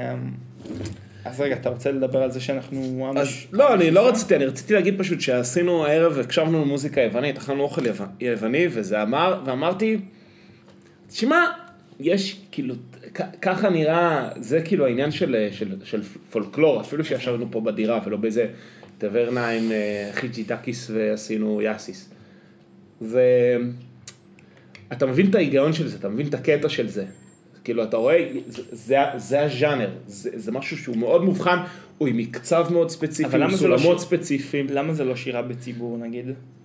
[SPEAKER 2] אז רגע, אתה רוצה לדבר על זה שאנחנו...
[SPEAKER 1] אז לא, אני לא רציתי, אני רציתי להגיד פשוט שעשינו הערב, הקשבנו למוזיקה יוונית, אכלנו אוכל יו- יווני, וזה אמר, ואמרתי, תשמע, יש כאילו, כ- ככה נראה, זה כאילו העניין של, של, של פולקלור, אפילו שישבנו פה בדירה, ולא באיזה טברנה עם אה, חיג'יטקיס ועשינו יאסיס. זה, אתה מבין את ההיגיון של זה, אתה מבין את הקטע של זה. כאילו, אתה רואה, זה, זה, זה הז'אנר, זה, זה משהו שהוא מאוד מובחן, הוא עם מקצב מאוד ספציפי,
[SPEAKER 2] אבל
[SPEAKER 1] עם
[SPEAKER 2] למה זה לא
[SPEAKER 1] סולמות
[SPEAKER 2] ש-
[SPEAKER 1] ספציפיים.
[SPEAKER 2] למה זה לא שירה בציבור, נגיד?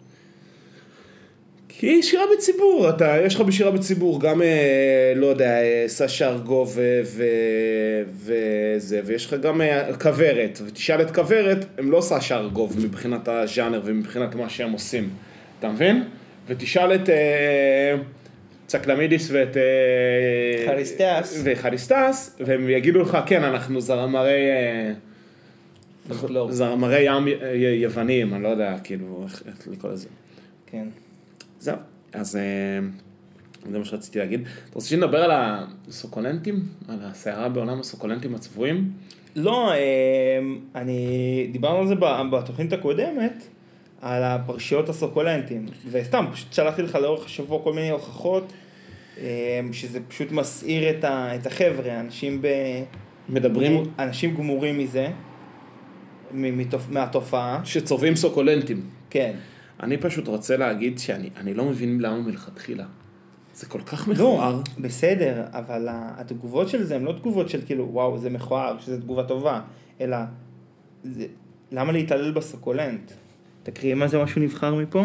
[SPEAKER 1] כי שירה בציבור, אתה, יש לך בשירה בציבור גם, אה, לא יודע, אה, סשה ארגוב ו- ו- וזה, ויש לך גם אה, כוורת, ותשאל את כוורת, הם לא סשה ארגוב מבחינת הז'אנר ומבחינת מה שהם עושים, אתה מבין? ותשאל את אה, צקלמידיס ואת אה,
[SPEAKER 2] חריסטס.
[SPEAKER 1] וחריסטס, והם יגידו לך, כן, אנחנו זרמרי... אה,
[SPEAKER 2] פולקלור.
[SPEAKER 1] זרמרי ים י- יוונים, אני לא יודע, כאילו, איך איך לקרוא לזה.
[SPEAKER 2] כן.
[SPEAKER 1] זהו, אז אה, זה מה שרציתי להגיד. אתה רוצה שנדבר על הסוקולנטים? על הסערה בעולם הסוקולנטים הצבועים?
[SPEAKER 2] לא, אמ, אני דיברנו על זה ב- בתוכנית הקודמת, על הפרשיות הסוקולנטים, וסתם, פשוט שלחתי לך לאורך השבוע כל מיני הוכחות, אמ, שזה פשוט מסעיר את ה- את החבר'ה, אנשים ב...
[SPEAKER 1] מדברים
[SPEAKER 2] אנשים גמורים מזה, מ- מתופ- מהתופעה,
[SPEAKER 1] שצובעים סוקולנטים.
[SPEAKER 2] כן.
[SPEAKER 1] אני פשוט רוצה להגיד שאני אני לא מבין למה מלכתחילה. זה כל כך
[SPEAKER 2] לא,
[SPEAKER 1] מכוער.
[SPEAKER 2] בסדר, אבל התגובות של זה הן לא תגובות של כאילו, וואו, זה מכוער, שזו תגובה טובה, אלא, זה, למה להתעלל בסוקולנט? תקריאי מה זה משהו נבחר מפה?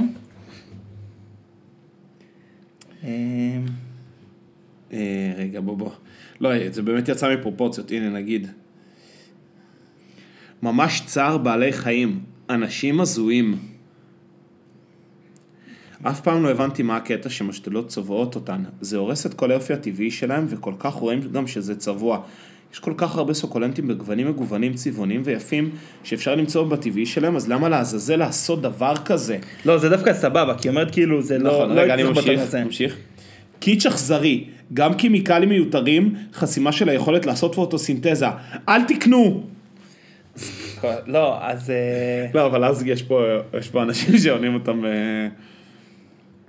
[SPEAKER 1] אה, רגע, בוא בוא. לא, זה באמת יצא מפרופורציות, הנה נגיד. ממש צער בעלי חיים, אנשים הזויים. אף פעם לא הבנתי מה הקטע שמשתלות צובעות אותן. זה הורס את כל היופי הטבעי שלהם, וכל כך רואים גם שזה צבוע. יש כל כך הרבה סוקולנטים בגוונים מגוונים, צבעונים ויפים, שאפשר למצוא בטבעי שלהם, אז למה לעזאזל לעשות דבר כזה?
[SPEAKER 2] לא, זה דווקא סבבה, כי היא אומרת כאילו, זה לא...
[SPEAKER 1] נכון,
[SPEAKER 2] לא
[SPEAKER 1] רגע, אני
[SPEAKER 2] יצטרך
[SPEAKER 1] ממשיך,
[SPEAKER 2] בטון הזה.
[SPEAKER 1] ממשיך. קיץ' אכזרי, גם קימיקלים מיותרים, חסימה של היכולת לעשות פוטוסינתזה. אל תקנו!
[SPEAKER 2] לא, אז... אה,
[SPEAKER 1] לא, אבל אז יש פה, יש פה אנשים שעונים אותם...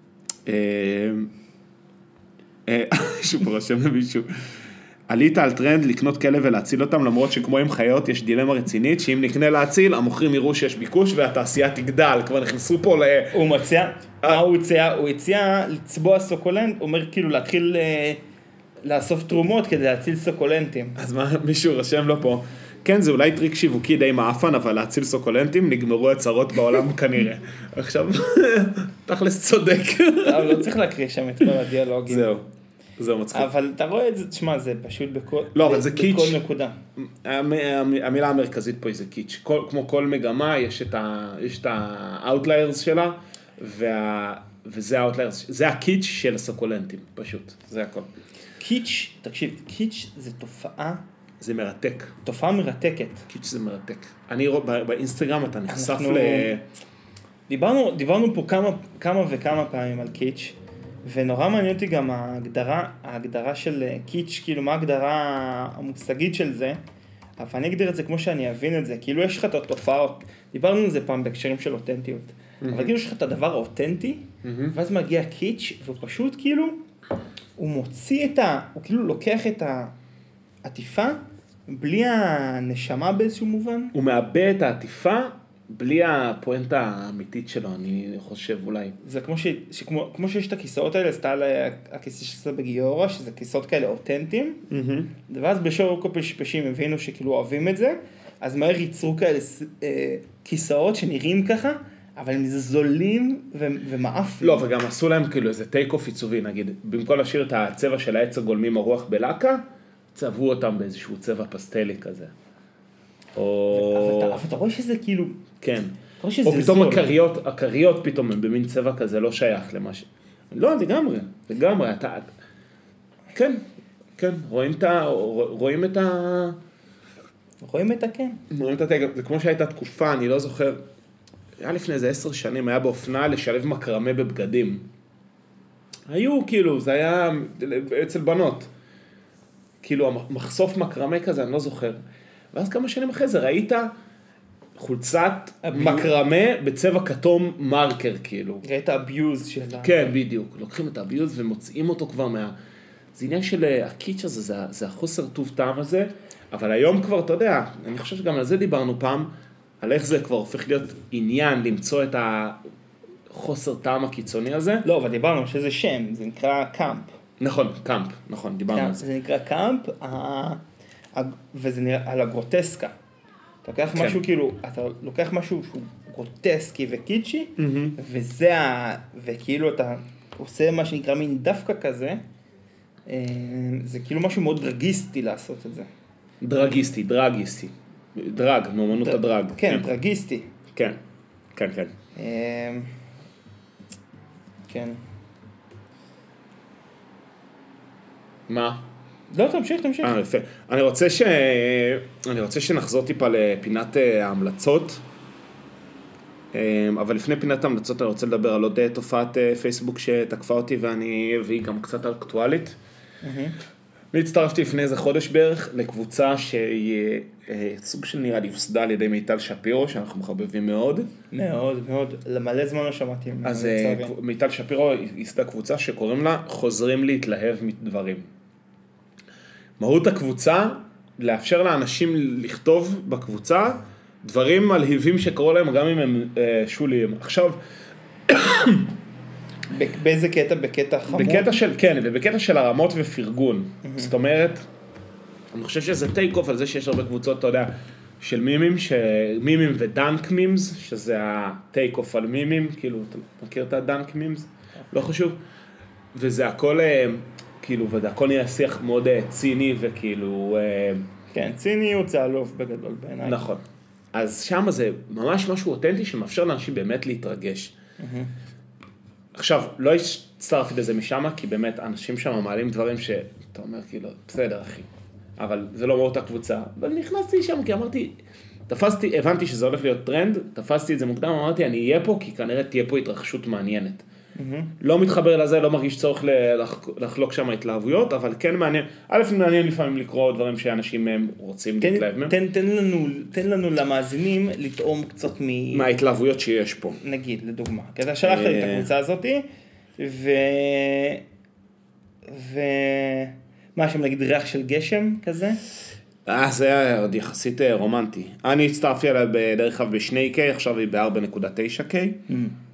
[SPEAKER 1] מישהו פה רשם למישהו. עלית על טרנד לקנות כלב ולהציל אותם, למרות שכמו עם חיות יש דילמה רצינית, שאם נקנה להציל, המוכרים יראו שיש ביקוש והתעשייה תגדל. כבר נכנסו פה ל...
[SPEAKER 2] הוא מציע, מה הוא הציע? הוא הציע לצבוע סוקולנט, הוא אומר כאילו להתחיל לאסוף תרומות כדי להציל סוקולנטים.
[SPEAKER 1] אז מה, מישהו רשם לו פה, כן, זה אולי טריק שיווקי די מאפן, אבל להציל סוקולנטים נגמרו הצרות בעולם כנראה. עכשיו, תכלס צודק.
[SPEAKER 2] אבל לא צריך להקריא שם את כל הדיאלוגים.
[SPEAKER 1] זהו. זהו מצחיק.
[SPEAKER 2] אבל אתה רואה את זה, תשמע, זה פשוט בכל,
[SPEAKER 1] לא, אבל זה קיץ'.
[SPEAKER 2] בכל נקודה.
[SPEAKER 1] המילה המרכזית פה זה קיץ'. כל, כמו כל מגמה, יש את ה, יש את ה-outliers שלה, וה, וזה ה-outliers, זה הקיץ' של הסוקולנטים, פשוט. זה הכל.
[SPEAKER 2] קיץ', תקשיב, קיץ' זה תופעה,
[SPEAKER 1] זה מרתק.
[SPEAKER 2] תופעה מרתקת.
[SPEAKER 1] קיץ' זה מרתק. אני רואה, באינסטגרם אתה נחשף
[SPEAKER 2] אנחנו,
[SPEAKER 1] ל...
[SPEAKER 2] דיברנו, דיברנו פה כמה, כמה וכמה פעמים על קיץ', ונורא מעניין אותי גם ההגדרה, ההגדרה של קיץ', כאילו מה ההגדרה המושגית של זה, אבל אני אגדיר את זה כמו שאני אבין את זה, כאילו יש לך את התופעות, דיברנו על זה פעם בהקשרים של אותנטיות, mm-hmm. אבל כאילו יש לך את הדבר האותנטי, mm-hmm. ואז מגיע קיץ' והוא פשוט כאילו, הוא מוציא את ה, הוא כאילו לוקח את העטיפה, בלי הנשמה באיזשהו מובן.
[SPEAKER 1] הוא מאבד את העטיפה, בלי הפואנטה האמיתית שלו, אני חושב אולי.
[SPEAKER 2] זה כמו, ש, שכמו, כמו שיש את הכיסאות האלה, סתה על הכיסא שזה בגיורא, שזה כיסאות כאלה אותנטיים, mm-hmm. ואז בשור קופשפשים הבינו שכאילו אוהבים את זה, אז מהר ייצרו כאלה אה, כיסאות שנראים ככה, אבל הם זולים ו- ומאפים.
[SPEAKER 1] לא, וגם עשו להם כאילו איזה טייק אוף עיצובי, נגיד, במקום להשאיר את הצבע של העץ הגולמים הרוח בלקה, צבעו אותם באיזשהו צבע פסטלי כזה. או...
[SPEAKER 2] אבל אתה רואה שזה כאילו...
[SPEAKER 1] כן. או פתאום הקריות, הקריות פתאום הם במין צבע כזה לא שייך למה ש... לא, לגמרי, לגמרי. אתה... כן, כן, רואים את ה... רואים את ה...
[SPEAKER 2] רואים את הכן.
[SPEAKER 1] רואים את הטייק, זה כמו שהייתה תקופה, אני לא זוכר, היה לפני איזה עשר שנים, היה באופנה לשלב מקרמה בבגדים. היו כאילו, זה היה אצל בנות. כאילו, מחשוף מקרמה כזה, אני לא זוכר. ואז כמה שנים אחרי זה ראית חולצת מקרמה בצבע כתום מרקר, כאילו.
[SPEAKER 2] ראית אביוז של...
[SPEAKER 1] כן, בדיוק. לוקחים את האביוז ומוצאים אותו כבר מה... זה עניין של הקיץ' הזה, זה, זה החוסר טוב טעם הזה, אבל היום כבר, אתה יודע, אני חושב שגם על זה דיברנו פעם, על איך זה כבר הופך להיות עניין למצוא את החוסר טעם הקיצוני הזה.
[SPEAKER 2] לא, אבל דיברנו שזה שם, זה נקרא קאמפ.
[SPEAKER 1] נכון, קאמפ, נכון, דיברנו על זה.
[SPEAKER 2] זה נקרא קאמפ, וזה נראה על הגרוטסקה. אתה לוקח כן. משהו כאילו, אתה לוקח משהו שהוא גרוטסקי וקיצ'י, mm-hmm. וזה ה... וכאילו אתה עושה מה שנקרא מין דווקא כזה, זה כאילו משהו מאוד דרגיסטי לעשות את זה.
[SPEAKER 1] דרגיסטי, דרגיסטי. דרג, מאמנות הדרג.
[SPEAKER 2] כן, דרגיסטי.
[SPEAKER 1] כן, כן, כן.
[SPEAKER 2] כן.
[SPEAKER 1] מה?
[SPEAKER 2] לא, תמשיך, תמשיך.
[SPEAKER 1] אה, יפה. אני רוצה ש... אני רוצה שנחזור טיפה לפינת ההמלצות. אבל לפני פינת ההמלצות אני רוצה לדבר על עוד תופעת פייסבוק שתקפה אותי ואני... והיא גם קצת אקטואלית. אני הצטרפתי לפני איזה חודש בערך לקבוצה שהיא סוג של נראה לי הוסדה על ידי מיטל שפירו, שאנחנו מחבבים מאוד.
[SPEAKER 2] מאוד, מאוד. למלא זמן לא שמעתי.
[SPEAKER 1] אז מיטל שפירו ייסדה קבוצה שקוראים לה חוזרים להתלהב מדברים. מהות הקבוצה, לאפשר לאנשים לכתוב בקבוצה דברים מלהיבים שקראו להם גם אם הם שוליים. עכשיו...
[SPEAKER 2] באיזה קטע? בקטע חמוד?
[SPEAKER 1] בקטע של, כן, ובקטע של הרמות ופרגון. זאת אומרת, אני חושב שזה טייק אוף על זה שיש הרבה קבוצות, אתה יודע, של מימים, ש... מימים ודנק מימס, שזה הטייק אוף על מימים, כאילו, אתה מכיר את הדנק מימס? לא חשוב. וזה הכל, כאילו, וזה הכל נראה שיח מאוד ציני וכאילו...
[SPEAKER 2] כן, ציניות זה אלוף בגדול בעיניי.
[SPEAKER 1] נכון. אז שם זה ממש משהו אותנטי שמאפשר לאנשים באמת להתרגש. עכשיו, לא הצטרפתי לזה משם, כי באמת אנשים שם מעלים דברים שאתה אומר כאילו, בסדר אחי, אבל זה לא מאוד הקבוצה. אבל נכנסתי שם כי אמרתי, תפסתי, הבנתי שזה הולך להיות טרנד, תפסתי את זה מוקדם, אמרתי אני אהיה פה כי כנראה תהיה פה התרחשות מעניינת. לא מתחבר לזה, לא מרגיש צורך לחלוק שם התלהבויות, אבל כן מעניין, א' מעניין לפעמים לקרוא דברים שאנשים מהם רוצים להתלהב מהם.
[SPEAKER 2] תן לנו למאזינים לטעום קצת
[SPEAKER 1] מההתלהבויות שיש פה.
[SPEAKER 2] נגיד, לדוגמה, כי אתה שלחת לי את הקבוצה הזאת, ו... ו... מה שם נגיד ריח של גשם כזה?
[SPEAKER 1] אה, זה היה עוד יחסית רומנטי. אני הצטרפתי עליה בדרך כלל ב-שני קיי, עכשיו היא ב-ארבע נקודה תשע קיי.
[SPEAKER 2] Mm.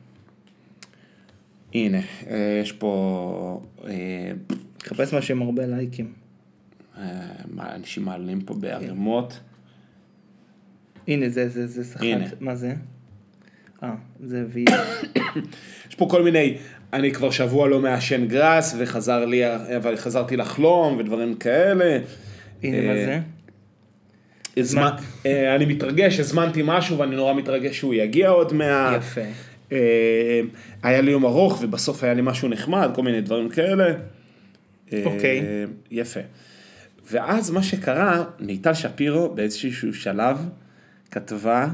[SPEAKER 1] הנה, יש פה...
[SPEAKER 2] חפש משהו עם הרבה לייקים.
[SPEAKER 1] אנשים מעלים פה בערימות.
[SPEAKER 2] הנה, זה, זה, זה שחק.
[SPEAKER 1] הנה.
[SPEAKER 2] מה זה? אה, זה וי.
[SPEAKER 1] יש פה כל מיני, אני כבר שבוע לא מעשן גראס, וחזר לי, אבל חזרתי לחלום, ודברים כאלה.
[SPEAKER 2] הנה, מה זה?
[SPEAKER 1] הזמנ... אני מתרגש, הזמנתי משהו, ואני נורא מתרגש שהוא יגיע עוד מעט.
[SPEAKER 2] יפה.
[SPEAKER 1] היה לי יום ארוך, ובסוף היה לי משהו נחמד, כל מיני דברים כאלה.
[SPEAKER 2] אוקיי.
[SPEAKER 1] יפה. ואז מה שקרה, מיטל שפירו באיזשהו שלב כתבה,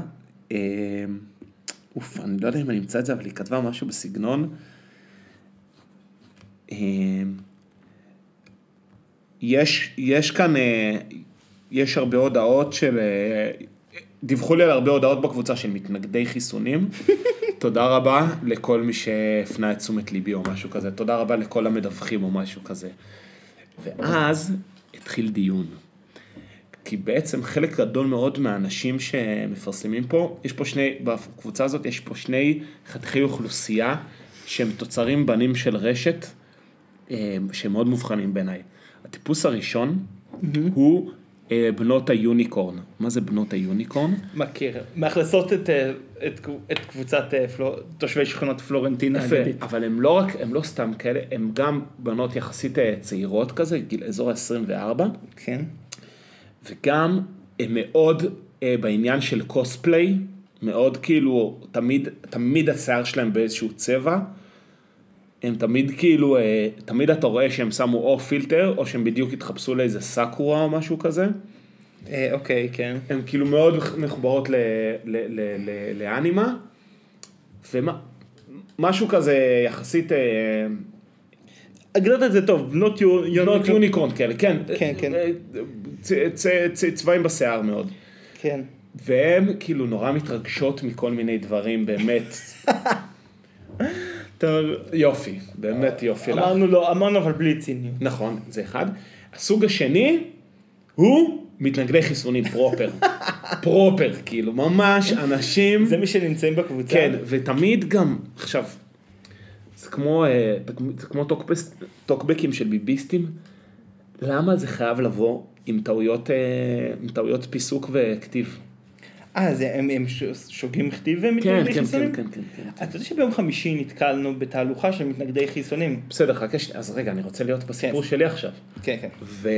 [SPEAKER 1] אוף, אני לא יודע אם אני אמצא את זה, אבל היא כתבה משהו בסגנון, יש, יש כאן, יש הרבה הודעות של, דיווחו לי על הרבה הודעות בקבוצה של מתנגדי חיסונים, תודה רבה לכל מי שהפנה את תשומת ליבי או משהו כזה, תודה רבה לכל המדווחים או משהו כזה. ואז התחיל דיון. כי בעצם חלק גדול מאוד מהאנשים שמפרסמים פה, יש פה שני, בקבוצה הזאת יש פה שני חתכי אוכלוסייה שהם תוצרים בנים של רשת, שהם מאוד מובחנים בעיניי. הטיפוס הראשון mm-hmm. הוא בנות היוניקורן. מה זה בנות היוניקורן?
[SPEAKER 2] מכיר. מאכלסות את, את, את קבוצת פלור, תושבי שכונות פלורנטינה.
[SPEAKER 1] יפה, אבל הם לא רק, הם לא סתם כאלה, הם גם בנות יחסית צעירות כזה, גיל אזור ה-עשרים וארבע.
[SPEAKER 2] כן.
[SPEAKER 1] וגם הם מאוד בעניין של קוספליי, מאוד כאילו, תמיד, תמיד השיער שלהם באיזשהו צבע, הם תמיד כאילו, תמיד אתה רואה שהם שמו או פילטר, או שהם בדיוק התחפשו לאיזה סאקורה או משהו כזה.
[SPEAKER 2] אוקיי, כן.
[SPEAKER 1] הם כאילו מאוד מחוברות לאנימה, ומשהו כזה יחסית...
[SPEAKER 2] הגדרת את זה טוב, בנות
[SPEAKER 1] יוניקורן כאלה, כן.
[SPEAKER 2] כן, כן.
[SPEAKER 1] צבעים בשיער מאוד.
[SPEAKER 2] כן.
[SPEAKER 1] והם כאילו נורא מתרגשות מכל מיני דברים, באמת. יופי, באמת יופי.
[SPEAKER 2] אמרנו לא, אמרנו אבל בלי ציניות.
[SPEAKER 1] נכון, זה אחד. הסוג השני הוא מתנגדי חיסונים פרופר. פרופר, כאילו, ממש אנשים...
[SPEAKER 2] זה מי שנמצאים בקבוצה.
[SPEAKER 1] כן, ותמיד גם, עכשיו, זה כמו, זה כמו טוקבקים של ביביסטים. למה זה חייב לבוא עם טעויות, עם טעויות פיסוק וכתיב?
[SPEAKER 2] אה, הם שוגים כתיב ומתנגדי חיסונים?
[SPEAKER 1] כן, כן, כן.
[SPEAKER 2] אתה יודע שביום חמישי נתקלנו בתהלוכה של מתנגדי חיסונים?
[SPEAKER 1] בסדר, חכה שנייה, אז רגע, אני רוצה להיות בסיפור שלי עכשיו.
[SPEAKER 2] כן, כן.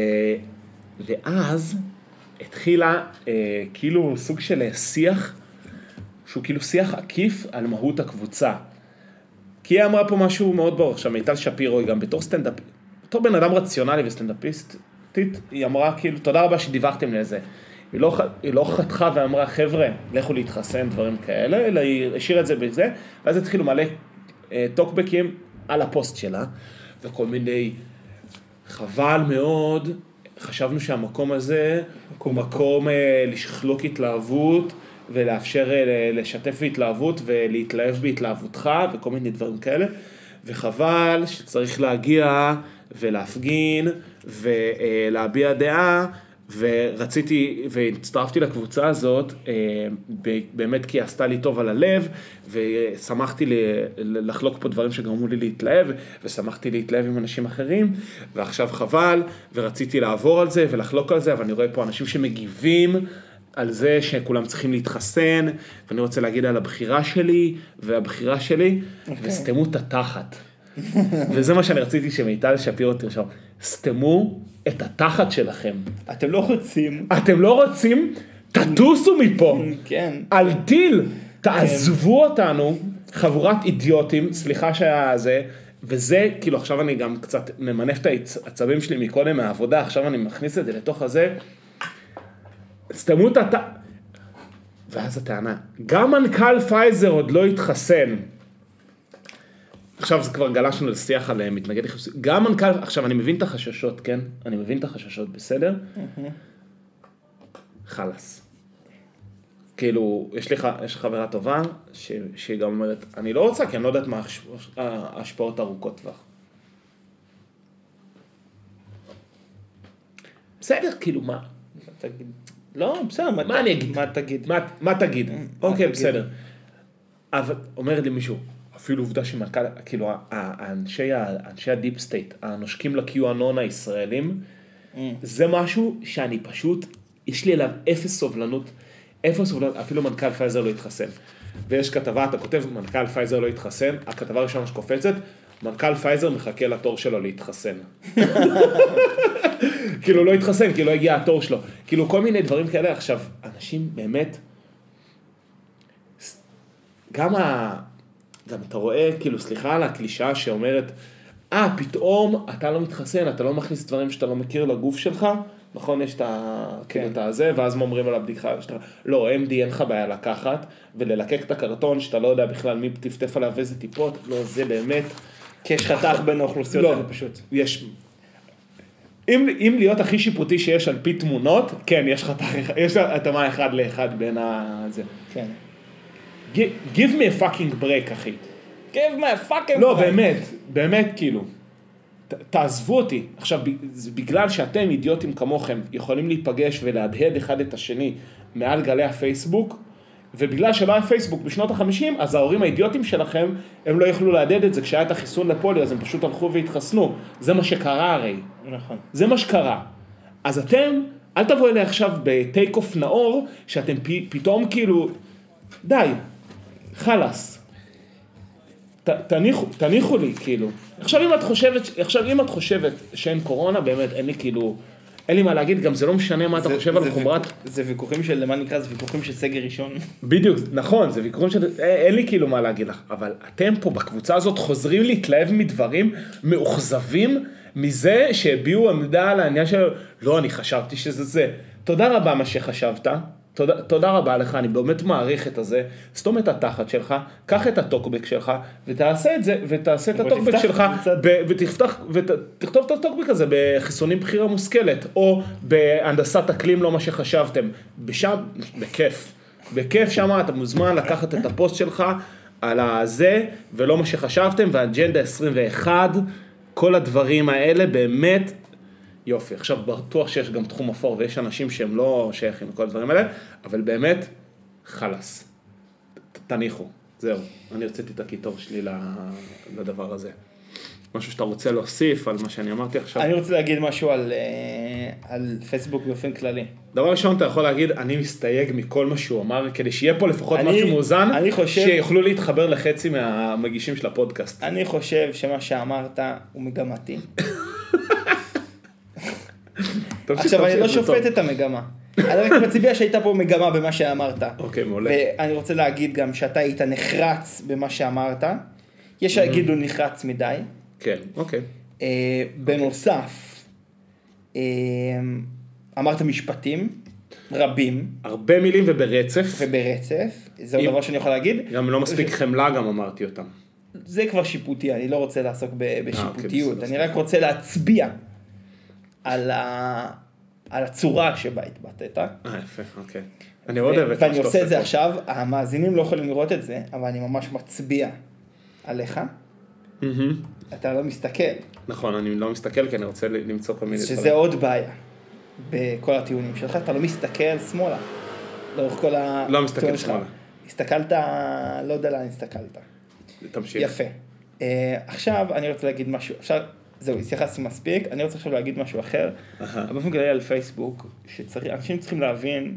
[SPEAKER 1] ואז התחילה כאילו סוג של שיח, שהוא כאילו שיח עקיף על מהות הקבוצה. כי היא אמרה פה משהו מאוד ברור, עכשיו מיטל שפירו היא גם בתור סטנדאפ, בתור בן אדם רציונלי וסטנדאפיסטית, היא אמרה כאילו תודה רבה שדיווחתם לזה. היא לא, היא לא חתכה ואמרה חבר'ה, לכו להתחסן, דברים כאלה, אלא היא השאירה את זה בזה, ואז התחילו מלא אה, טוקבקים על הפוסט שלה, וכל מיני חבל מאוד, חשבנו שהמקום הזה הוא מקום אה, לשחלוק התלהבות, ולאפשר אה, לשתף בהתלהבות ולהתלהב בהתלהבותך, וכל מיני דברים כאלה, וחבל שצריך להגיע ולהפגין ולהביע דעה, ורציתי, והצטרפתי לקבוצה הזאת, באמת כי עשתה לי טוב על הלב, ושמחתי לחלוק פה דברים שגרמו לי להתלהב, ושמחתי להתלהב עם אנשים אחרים, ועכשיו חבל, ורציתי לעבור על זה ולחלוק על זה, אבל אני רואה פה אנשים שמגיבים על זה שכולם צריכים להתחסן, ואני רוצה להגיד על הבחירה שלי, והבחירה שלי, okay. וסתמו את התחת. וזה מה שאני רציתי שמיטל שפירו תרשום. סתמו את התחת שלכם.
[SPEAKER 2] אתם לא רוצים.
[SPEAKER 1] אתם לא רוצים? תטוסו מפה.
[SPEAKER 2] כן.
[SPEAKER 1] על טיל. תעזבו אותנו, חבורת אידיוטים, סליחה שהיה זה, וזה, כאילו עכשיו אני גם קצת ממנף את העצבים שלי מקודם מהעבודה, עכשיו אני מכניס את זה לתוך הזה. סתמו את התחת. ואז הטענה, גם מנכ"ל פייזר עוד לא התחסן. עכשיו זה כבר גלשנו לשיח על מתנגד חיסונים. גם מנכ"ל, עכשיו אני מבין את החששות, כן? אני מבין את החששות, בסדר? חלס. כאילו, יש לי, יש חברה טובה, ש, שהיא גם אומרת, אני לא רוצה, כי אני לא יודעת מה ההשפעות ארוכות טווח. בסדר, כאילו, מה?
[SPEAKER 2] תגיד. לא, בסדר,
[SPEAKER 1] מה אני אגיד?
[SPEAKER 2] מה תגיד?
[SPEAKER 1] מה, מה תגיד? אוקיי, בסדר. אבל אומר לי מישהו, אפילו עובדה שמנכ"ל, כאילו, האנשי, האנשי הדיפ סטייט, הנושקים לקיואנון הישראלים, זה משהו שאני פשוט, יש לי אליו אפס סובלנות, אפס סובלנות, אפילו מנכ"ל פייזר לא התחסן. ויש כתבה, אתה כותב, מנכ"ל פייזר לא התחסן, הכתבה הראשונה שקופצת, מנכ"ל פייזר מחכה לתור שלו להתחסן. כאילו לא התחסן, כי לא הגיע התור שלו. כאילו כל מיני דברים כאלה. עכשיו, אנשים באמת, גם ה... גם אתה רואה, כאילו, סליחה על הקלישה שאומרת, אה, פתאום אתה לא מתחסן, אתה לא מכניס דברים שאתה לא מכיר לגוף שלך, נכון, יש את ה... כאילו את הזה, ואז אומרים על הבדיחה, שאתה... לא, אם די אין לך בעיה לקחת, וללקק את הקרטון, שאתה לא יודע בכלל מי תפטף עליו איזה טיפות, לא, זה באמת...
[SPEAKER 2] כי יש חתך בין האוכלוסיות האלה פשוט.
[SPEAKER 1] יש... אם, אם להיות הכי שיפוטי שיש על פי תמונות, כן, יש חתך, יש התאמה אחד לאחד בין ה... זה.
[SPEAKER 2] כן.
[SPEAKER 1] Give, give me a fucking break, אחי.
[SPEAKER 2] give me a fucking break.
[SPEAKER 1] לא, באמת, באמת, כאילו. ת, תעזבו אותי. עכשיו, בגלל שאתם אידיוטים כמוכם, יכולים להיפגש ולהדהד אחד את השני מעל גלי הפייסבוק, ובגלל שלא היה פייסבוק בשנות החמישים, אז ההורים האידיוטים שלכם, הם לא יכלו להדהד את זה. כשהיה את החיסון לפוליו, אז הם פשוט הלכו והתחסנו. זה מה שקרה הרי.
[SPEAKER 2] נכון.
[SPEAKER 1] זה מה שקרה. אז אתם, אל תבואו אליי עכשיו בטייק אוף נאור, שאתם פ, פתאום כאילו, די, חלס. ת, תניחו, תניחו לי, כאילו. עכשיו אם את חושבת, עכשיו אם את חושבת שאין קורונה, באמת אין לי כאילו, אין לי מה להגיד, גם זה לא משנה מה אתה חושב על חומרת.
[SPEAKER 2] זה ויכוחים של, למה נקרא, זה ויכוחים של סגר ראשון.
[SPEAKER 1] בדיוק, נכון, זה ויכוחים של, אין לי כאילו מה להגיד לך, אבל אתם פה בקבוצה הזאת חוזרים להתלהב מדברים מאוכזבים, מזה שהביאו עמדה על העניין של, לא, אני חשבתי שזה זה. תודה רבה מה שחשבת, תודה, תודה רבה לך, אני באמת מעריך את הזה, סתום את התחת שלך, קח את הטוקבק שלך, ותעשה את זה, ותעשה את הטוקבק שלך, ב, ותפתח, ותכתוב את הטוקבק הזה בחיסונים בחירה מושכלת, או בהנדסת אקלים לא מה שחשבתם, בשם, בכיף, בכיף שמה אתה מוזמן לקחת את הפוסט שלך על הזה, ולא מה שחשבתם, והאג'נדה עשרים ואחת, כל הדברים האלה באמת, יופי, עכשיו בטוח שיש גם תחום אפור, ויש אנשים שהם לא שייכים לכל הדברים האלה, אבל באמת, חלס, תניחו, זהו, אני רציתי את הקיטור שלי לדבר הזה. משהו שאתה רוצה להוסיף על מה שאני אמרתי עכשיו?
[SPEAKER 2] אני רוצה להגיד משהו על, על פייסבוק באופן כללי.
[SPEAKER 1] דבר ראשון, אתה יכול להגיד, אני מסתייג מכל מה שהוא אמר, כדי שיהיה פה לפחות
[SPEAKER 2] אני,
[SPEAKER 1] משהו מאוזן,
[SPEAKER 2] אני חושב,
[SPEAKER 1] שיוכלו להתחבר לחצי מהמגישים של הפודקאסט.
[SPEAKER 2] אני חושב שמה שאמרת הוא מגמתי. עכשיו, אני לא שופט את המגמה. אני רק מצביע שהייתה פה מגמה במה שאמרת.
[SPEAKER 1] אוקיי, מעולה.
[SPEAKER 2] ואני רוצה להגיד גם שאתה היית נחרץ במה שאמרת. יש להגידו נחרץ מדי.
[SPEAKER 1] כן, אוקיי.
[SPEAKER 2] בנוסף, אמרת משפטים רבים.
[SPEAKER 1] הרבה מילים וברצף.
[SPEAKER 2] וברצף. זה עוד דבר שאני יכול להגיד.
[SPEAKER 1] גם לא מספיק חמלה, גם אמרתי אותם.
[SPEAKER 2] זה כבר שיפוטי, אני לא רוצה לעסוק בשיפוטיות. אני רק רוצה להצביע על ה... על הצורה שבה התבטאת.
[SPEAKER 1] אה, יפה, אוקיי. אני מאוד אוהב את
[SPEAKER 2] ואני עושה את זה עכשיו, המאזינים לא יכולים לראות את זה, אבל אני ממש מצביע עליך. אתה לא מסתכל.
[SPEAKER 1] נכון, אני לא מסתכל, כי אני רוצה למצוא כל מיני דברים.
[SPEAKER 2] שזה עוד בעיה בכל הטיעונים שלך, אתה לא מסתכל שמאלה. לאורך כל הטיעונים שלך.
[SPEAKER 1] לא מסתכל שמאלה.
[SPEAKER 2] הסתכלת, לא יודע לאן הסתכלת.
[SPEAKER 1] תמשיך.
[SPEAKER 2] יפה. עכשיו אני רוצה להגיד משהו, עכשיו... זהו, התייחסתי מספיק, אני רוצה עכשיו להגיד משהו אחר, אבל באופן כללי על פייסבוק, שאנשים צריכים להבין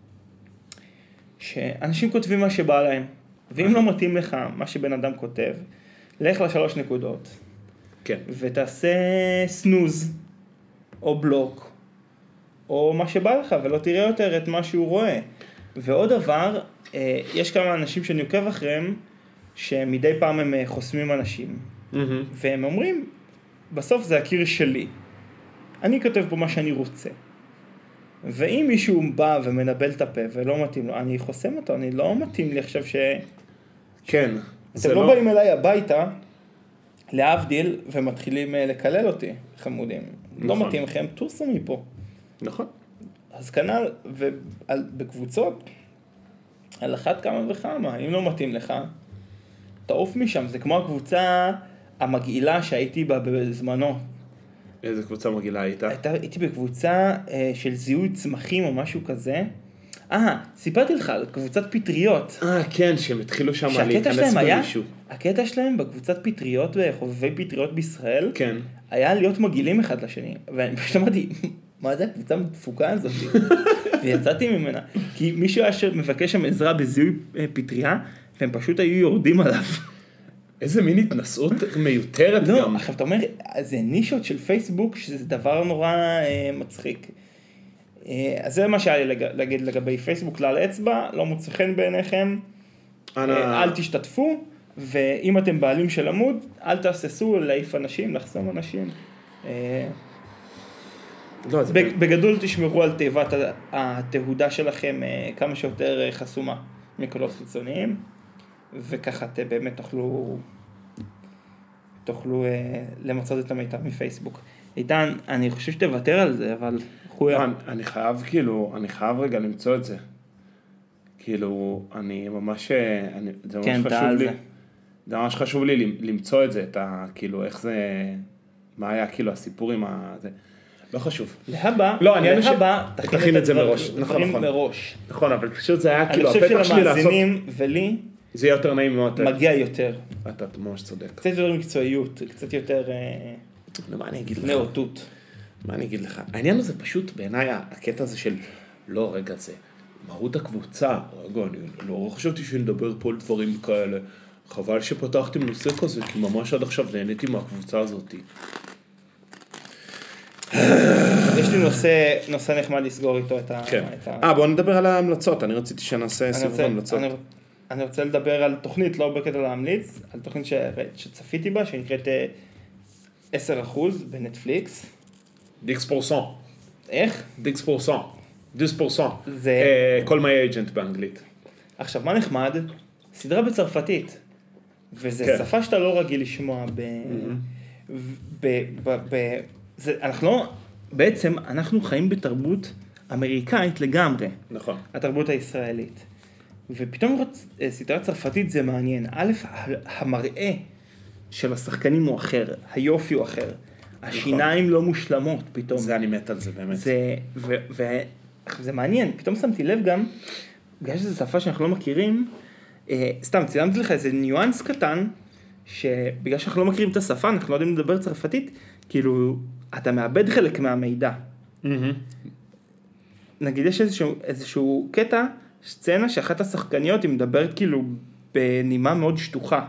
[SPEAKER 2] שאנשים כותבים מה שבא להם, ואם לא מתאים לך מה שבן אדם כותב, לך לשלוש נקודות,
[SPEAKER 1] כן.
[SPEAKER 2] ותעשה סנוז, או בלוק, או מה שבא לך, ולא תראה יותר את מה שהוא רואה. ועוד דבר, יש כמה אנשים שאני עוקב אחריהם, שמדי פעם הם חוסמים אנשים, והם אומרים, בסוף זה הקיר שלי. אני כותב פה מה שאני רוצה. ואם מישהו בא ומנבל את הפה ולא מתאים לו, אני חוסם אותו, אני לא מתאים לי עכשיו ש...
[SPEAKER 1] כן.
[SPEAKER 2] אתם לא באים אליי הביתה, להבדיל, ומתחילים לקלל אותי, חמודים. לא מתאים לכם, תורסו מפה.
[SPEAKER 1] נכון.
[SPEAKER 2] אז כנ"ל, ובקבוצות, על אחת כמה וכמה, אם לא מתאים לך, תעוף משם, זה כמו הקבוצה המגעילה שהייתי בה בזמנו.
[SPEAKER 1] איזה קבוצה מגעילה הייתה?
[SPEAKER 2] הייתה, הייתי בקבוצה אה, של זיהוי צמחים או משהו כזה. אה, סיפרתי לך על קבוצת פטריות.
[SPEAKER 1] אה, כן, שהם התחילו שם
[SPEAKER 2] שהקטע שלהם היה,
[SPEAKER 1] במישהו.
[SPEAKER 2] הקטע שלהם בקבוצת פטריות וחובבי פטריות בישראל,
[SPEAKER 1] כן.
[SPEAKER 2] היה להיות מגעילים אחד לשני. ואני פשוט אמרתי, מה זה הקבוצה המדפוקה הזאת? ויצאתי ממנה. כי מישהו היה מבקש שם עזרה בזיהוי פטריה, והם פשוט היו יורדים עליו.
[SPEAKER 1] איזה מין התנסות מיותרת
[SPEAKER 2] לא,
[SPEAKER 1] גם.
[SPEAKER 2] עכשיו אתה אומר, זה נישות של פייסבוק, שזה דבר נורא אה, מצחיק. אה, אז זה מה שהיה לי לג... להגיד לגבי פייסבוק, כלל אצבע, לא מוצא חן בעיניכם,
[SPEAKER 1] אנא...
[SPEAKER 2] אה, אל תשתתפו, ואם אתם בעלים של עמוד, אל תעשסו להעיף אנשים, לחסום אנשים. אה,
[SPEAKER 1] לא, זה...
[SPEAKER 2] בגדול תשמרו על תיבת התהודה שלכם אה, כמה שיותר אה, חסומה מקולות חיצוניים, וככה אתם באמת תוכלו, תוכלו אה, למצות את המיטב מפייסבוק. איתן, אני חושב שתוותר על זה, אבל חויה.
[SPEAKER 1] אני, אני חייב, כאילו, אני חייב רגע למצוא את זה. כאילו, אני ממש, אני, זה ממש
[SPEAKER 2] כן,
[SPEAKER 1] חשוב לי.
[SPEAKER 2] זה.
[SPEAKER 1] זה ממש חשוב לי למצוא את זה, את ה, כאילו, איך זה, מה היה, כאילו, הסיפור עם ה... זה. לא חשוב.
[SPEAKER 2] להבא,
[SPEAKER 1] לא, אני
[SPEAKER 2] להבא,
[SPEAKER 1] ש... תכין את זה מראש. נכון, נכון.
[SPEAKER 2] מראש.
[SPEAKER 1] נכון, אבל פשוט זה היה, כאילו,
[SPEAKER 2] אני
[SPEAKER 1] הפתח
[SPEAKER 2] חושב
[SPEAKER 1] שלי לעשות...
[SPEAKER 2] שלמאזינים ולי,
[SPEAKER 1] זה יהיה יותר נעים מאוד.
[SPEAKER 2] מגיע יותר.
[SPEAKER 1] אתה ממש צודק.
[SPEAKER 2] קצת יותר מקצועיות, קצת יותר
[SPEAKER 1] מה אני אגיד לך?
[SPEAKER 2] נאותות.
[SPEAKER 1] מה אני אגיד לך? העניין הזה פשוט בעיניי הקטע הזה של, לא רגע זה, מהות הקבוצה, רגע, אני לא חשבתי שנדבר פה על דברים כאלה, חבל שפתחתם נושא כזה, כי ממש עד עכשיו נהניתי מהקבוצה הזאת.
[SPEAKER 2] יש לי נושא, נושא נחמד לסגור איתו את ה...
[SPEAKER 1] כן. אה, בואו נדבר על ההמלצות, אני רציתי שנעשה סיבוב המלצות.
[SPEAKER 2] אני, אני רוצה לדבר על תוכנית, לא בקטע להמליץ, על תוכנית ש... שצפיתי בה, שנקראת עשרה אחוז בנטפליקס.
[SPEAKER 1] דיקס פורסון.
[SPEAKER 2] איך?
[SPEAKER 1] דיקס פורסון. דיס פורסון.
[SPEAKER 2] זה...
[SPEAKER 1] כל מיי אייג'נט באנגלית.
[SPEAKER 2] עכשיו, מה נחמד? סדרה בצרפתית. וזו
[SPEAKER 1] כן.
[SPEAKER 2] שפה שאתה לא רגיל לשמוע ב... ב... ב... ב... זה, אנחנו לא... בעצם, אנחנו חיים בתרבות אמריקאית לגמרי.
[SPEAKER 1] נכון.
[SPEAKER 2] התרבות הישראלית. ופתאום לראות סדרה צרפתית זה מעניין. א', המראה של השחקנים הוא אחר, היופי הוא אחר. השיניים לא מושלמות פתאום.
[SPEAKER 1] זה אני מת על זה באמת.
[SPEAKER 2] זה, ו, ו, זה מעניין, פתאום שמתי לב גם, בגלל שזו שפה שאנחנו לא מכירים, אה, סתם, צילמתי לך איזה ניואנס קטן, שבגלל שאנחנו לא מכירים את השפה, אנחנו לא יודעים לדבר צרפתית, כאילו, אתה מאבד חלק מהמידע.
[SPEAKER 1] Mm-hmm.
[SPEAKER 2] נגיד יש איזשהו, איזשהו קטע, סצנה שאחת השחקניות היא מדברת כאילו בנימה מאוד שטוחה.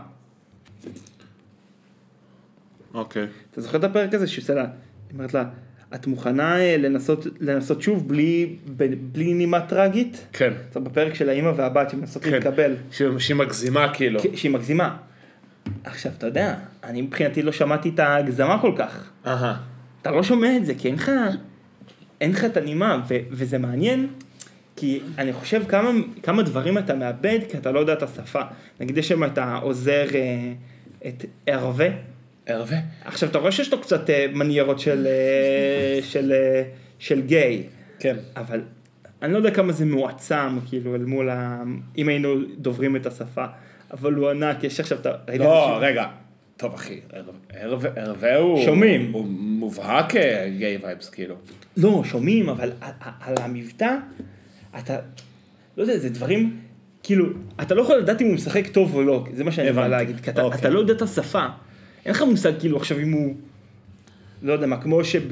[SPEAKER 1] אוקיי.
[SPEAKER 2] אתה זוכר את הפרק הזה שסלה, היא אומרת לה, את מוכנה לנסות, לנסות שוב בלי, בלי נימה טרגית?
[SPEAKER 1] כן.
[SPEAKER 2] זה בפרק של האמא והבת שמנסות
[SPEAKER 1] כן.
[SPEAKER 2] להתקבל.
[SPEAKER 1] שהיא מגזימה כאילו.
[SPEAKER 2] שהיא מגזימה. עכשיו, אתה יודע, אני מבחינתי לא שמעתי את ההגזמה כל כך.
[SPEAKER 1] אהה.
[SPEAKER 2] אתה לא שומע את זה, כי אין לך, אין לך את הנימה, ו- וזה מעניין, כי אני חושב כמה, כמה דברים אתה מאבד, כי אתה לא יודע את השפה. נגיד יש שם את העוזר, את ערווה.
[SPEAKER 1] ערווה?
[SPEAKER 2] עכשיו, אתה רואה שיש לו קצת מניירות של, של, של גיי.
[SPEAKER 1] כן.
[SPEAKER 2] אבל אני לא יודע כמה זה מועצם, כאילו, אל מול ה... אם היינו דוברים את השפה. אבל הוא ענק, יש עכשיו...
[SPEAKER 1] לא, רגע. טוב, אחי, ערווה הוא...
[SPEAKER 2] שומעים.
[SPEAKER 1] הוא מובהק גיי וייבס, כאילו.
[SPEAKER 2] לא, שומעים, אבל על המבטא, אתה... לא יודע, זה דברים... כאילו, אתה לא יכול לדעת אם הוא משחק טוב או לא, זה מה שאני בא להגיד, כי אתה, אתה לא יודע את השפה. אין לך מושג, כאילו, עכשיו אם הוא... לא יודע מה, כמו שב...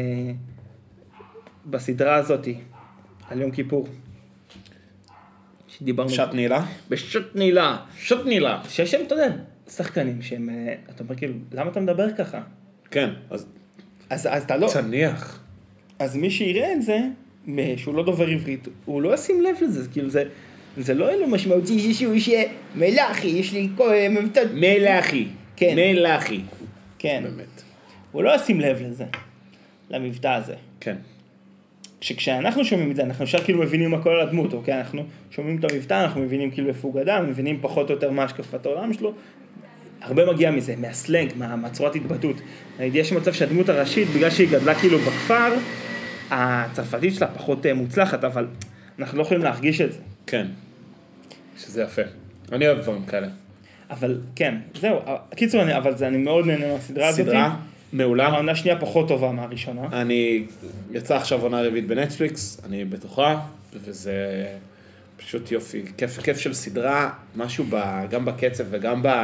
[SPEAKER 2] בסדרה הזאת, על יום כיפור. שדיברנו...
[SPEAKER 1] שעת נילה?
[SPEAKER 2] בשעת נילה. שעת נילה. שיש שם, אתה יודע, שחקנים שהם... אתה אומר, כאילו, למה אתה מדבר ככה?
[SPEAKER 1] כן, אז...
[SPEAKER 2] אז, אז אתה לא...
[SPEAKER 1] צניח.
[SPEAKER 2] אז מי שיראה את זה, שהוא לא דובר עברית, הוא לא ישים לב לזה, כאילו זה... זה לא אלו משמעותי שהוא שמלאכי, יש לי מבטא...
[SPEAKER 1] מלאכי.
[SPEAKER 2] כן.
[SPEAKER 1] מלאכי.
[SPEAKER 2] כן.
[SPEAKER 1] באמת.
[SPEAKER 2] הוא לא ישים לב לזה, למבטא הזה.
[SPEAKER 1] כן.
[SPEAKER 2] כשאנחנו שומעים את זה, אנחנו אפשר כאילו מבינים הכל על הדמות, אוקיי? אנחנו שומעים את המבטא, אנחנו מבינים כאילו איפה הוא גדל, מבינים פחות או יותר מה השקפת העולם שלו. הרבה מגיע מזה, מהסלנג, מה, מהצורת התבטאות. יש מצב שהדמות הראשית, בגלל שהיא גדלה כאילו בכפר, הצרפתית שלה פחות מוצלחת, אבל אנחנו לא יכולים להרגיש את זה.
[SPEAKER 1] כן. שזה יפה. אני אוהב דברים כאלה.
[SPEAKER 2] אבל כן, זהו, קיצור, אני, אבל זה, אני מאוד נהנה מהסדרה הזאת.
[SPEAKER 1] סדרה מעולה.
[SPEAKER 2] העונה השנייה פחות טובה מהראשונה.
[SPEAKER 1] אני, יצא עכשיו עונה רביעית בנטפליקס, אני בטוחה, וזה פשוט יופי, כיף, כיף של סדרה, משהו ב, גם בקצב וגם ב...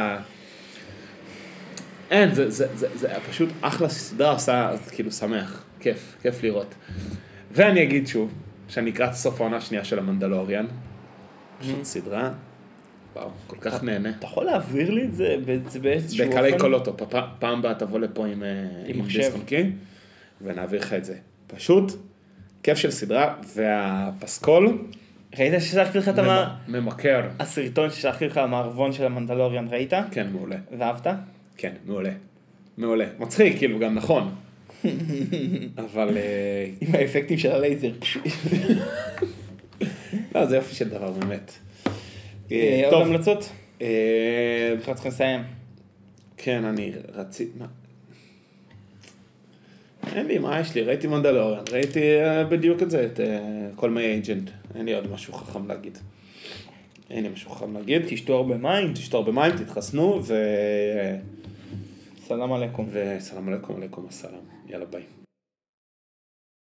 [SPEAKER 1] אין, זה, זה, זה, זה פשוט אחלה סדרה, עושה כאילו שמח, כיף, כיף לראות. ואני אגיד שוב, שאני אקראת סוף העונה השנייה של המנדלוריאן, פשוט סדרה, וואו, כל כך נהנה.
[SPEAKER 2] אתה יכול להעביר לי את זה באיזשהו אופן?
[SPEAKER 1] בקלי קולוטו, פעם הבאה תבוא לפה עם
[SPEAKER 2] מחשב.
[SPEAKER 1] דיסק-און-קי, ונעביר לך את זה. פשוט, כיף של סדרה, והפסקול...
[SPEAKER 2] ראית ששלחתי לך את מה...
[SPEAKER 1] ממכר.
[SPEAKER 2] הסרטון ששלחתי לך המערבון של המנדלוריאן, ראית?
[SPEAKER 1] כן, מעולה.
[SPEAKER 2] ואהבת?
[SPEAKER 1] כן, מעולה. מעולה. מצחיק, כאילו, גם נכון. אבל...
[SPEAKER 2] עם האפקטים של הלייזר.
[SPEAKER 1] לא, זה יופי של דבר, באמת.
[SPEAKER 2] עוד המלצות?
[SPEAKER 1] אה...
[SPEAKER 2] אנחנו צריכים לסיים.
[SPEAKER 1] כן, אני רציתי... אין לי, מה יש לי? ראיתי מנדלוריאן, ראיתי בדיוק את זה, את כל מיי אייג'נט. אין לי עוד משהו חכם להגיד. אין לי משהו חכם להגיד.
[SPEAKER 2] תשתו הרבה מים.
[SPEAKER 1] תשתו הרבה מים, תתחסנו, ו...
[SPEAKER 2] סלאם עליכום.
[SPEAKER 1] וסלאם עליכום, עליכום הסלאם. יאללה ביי.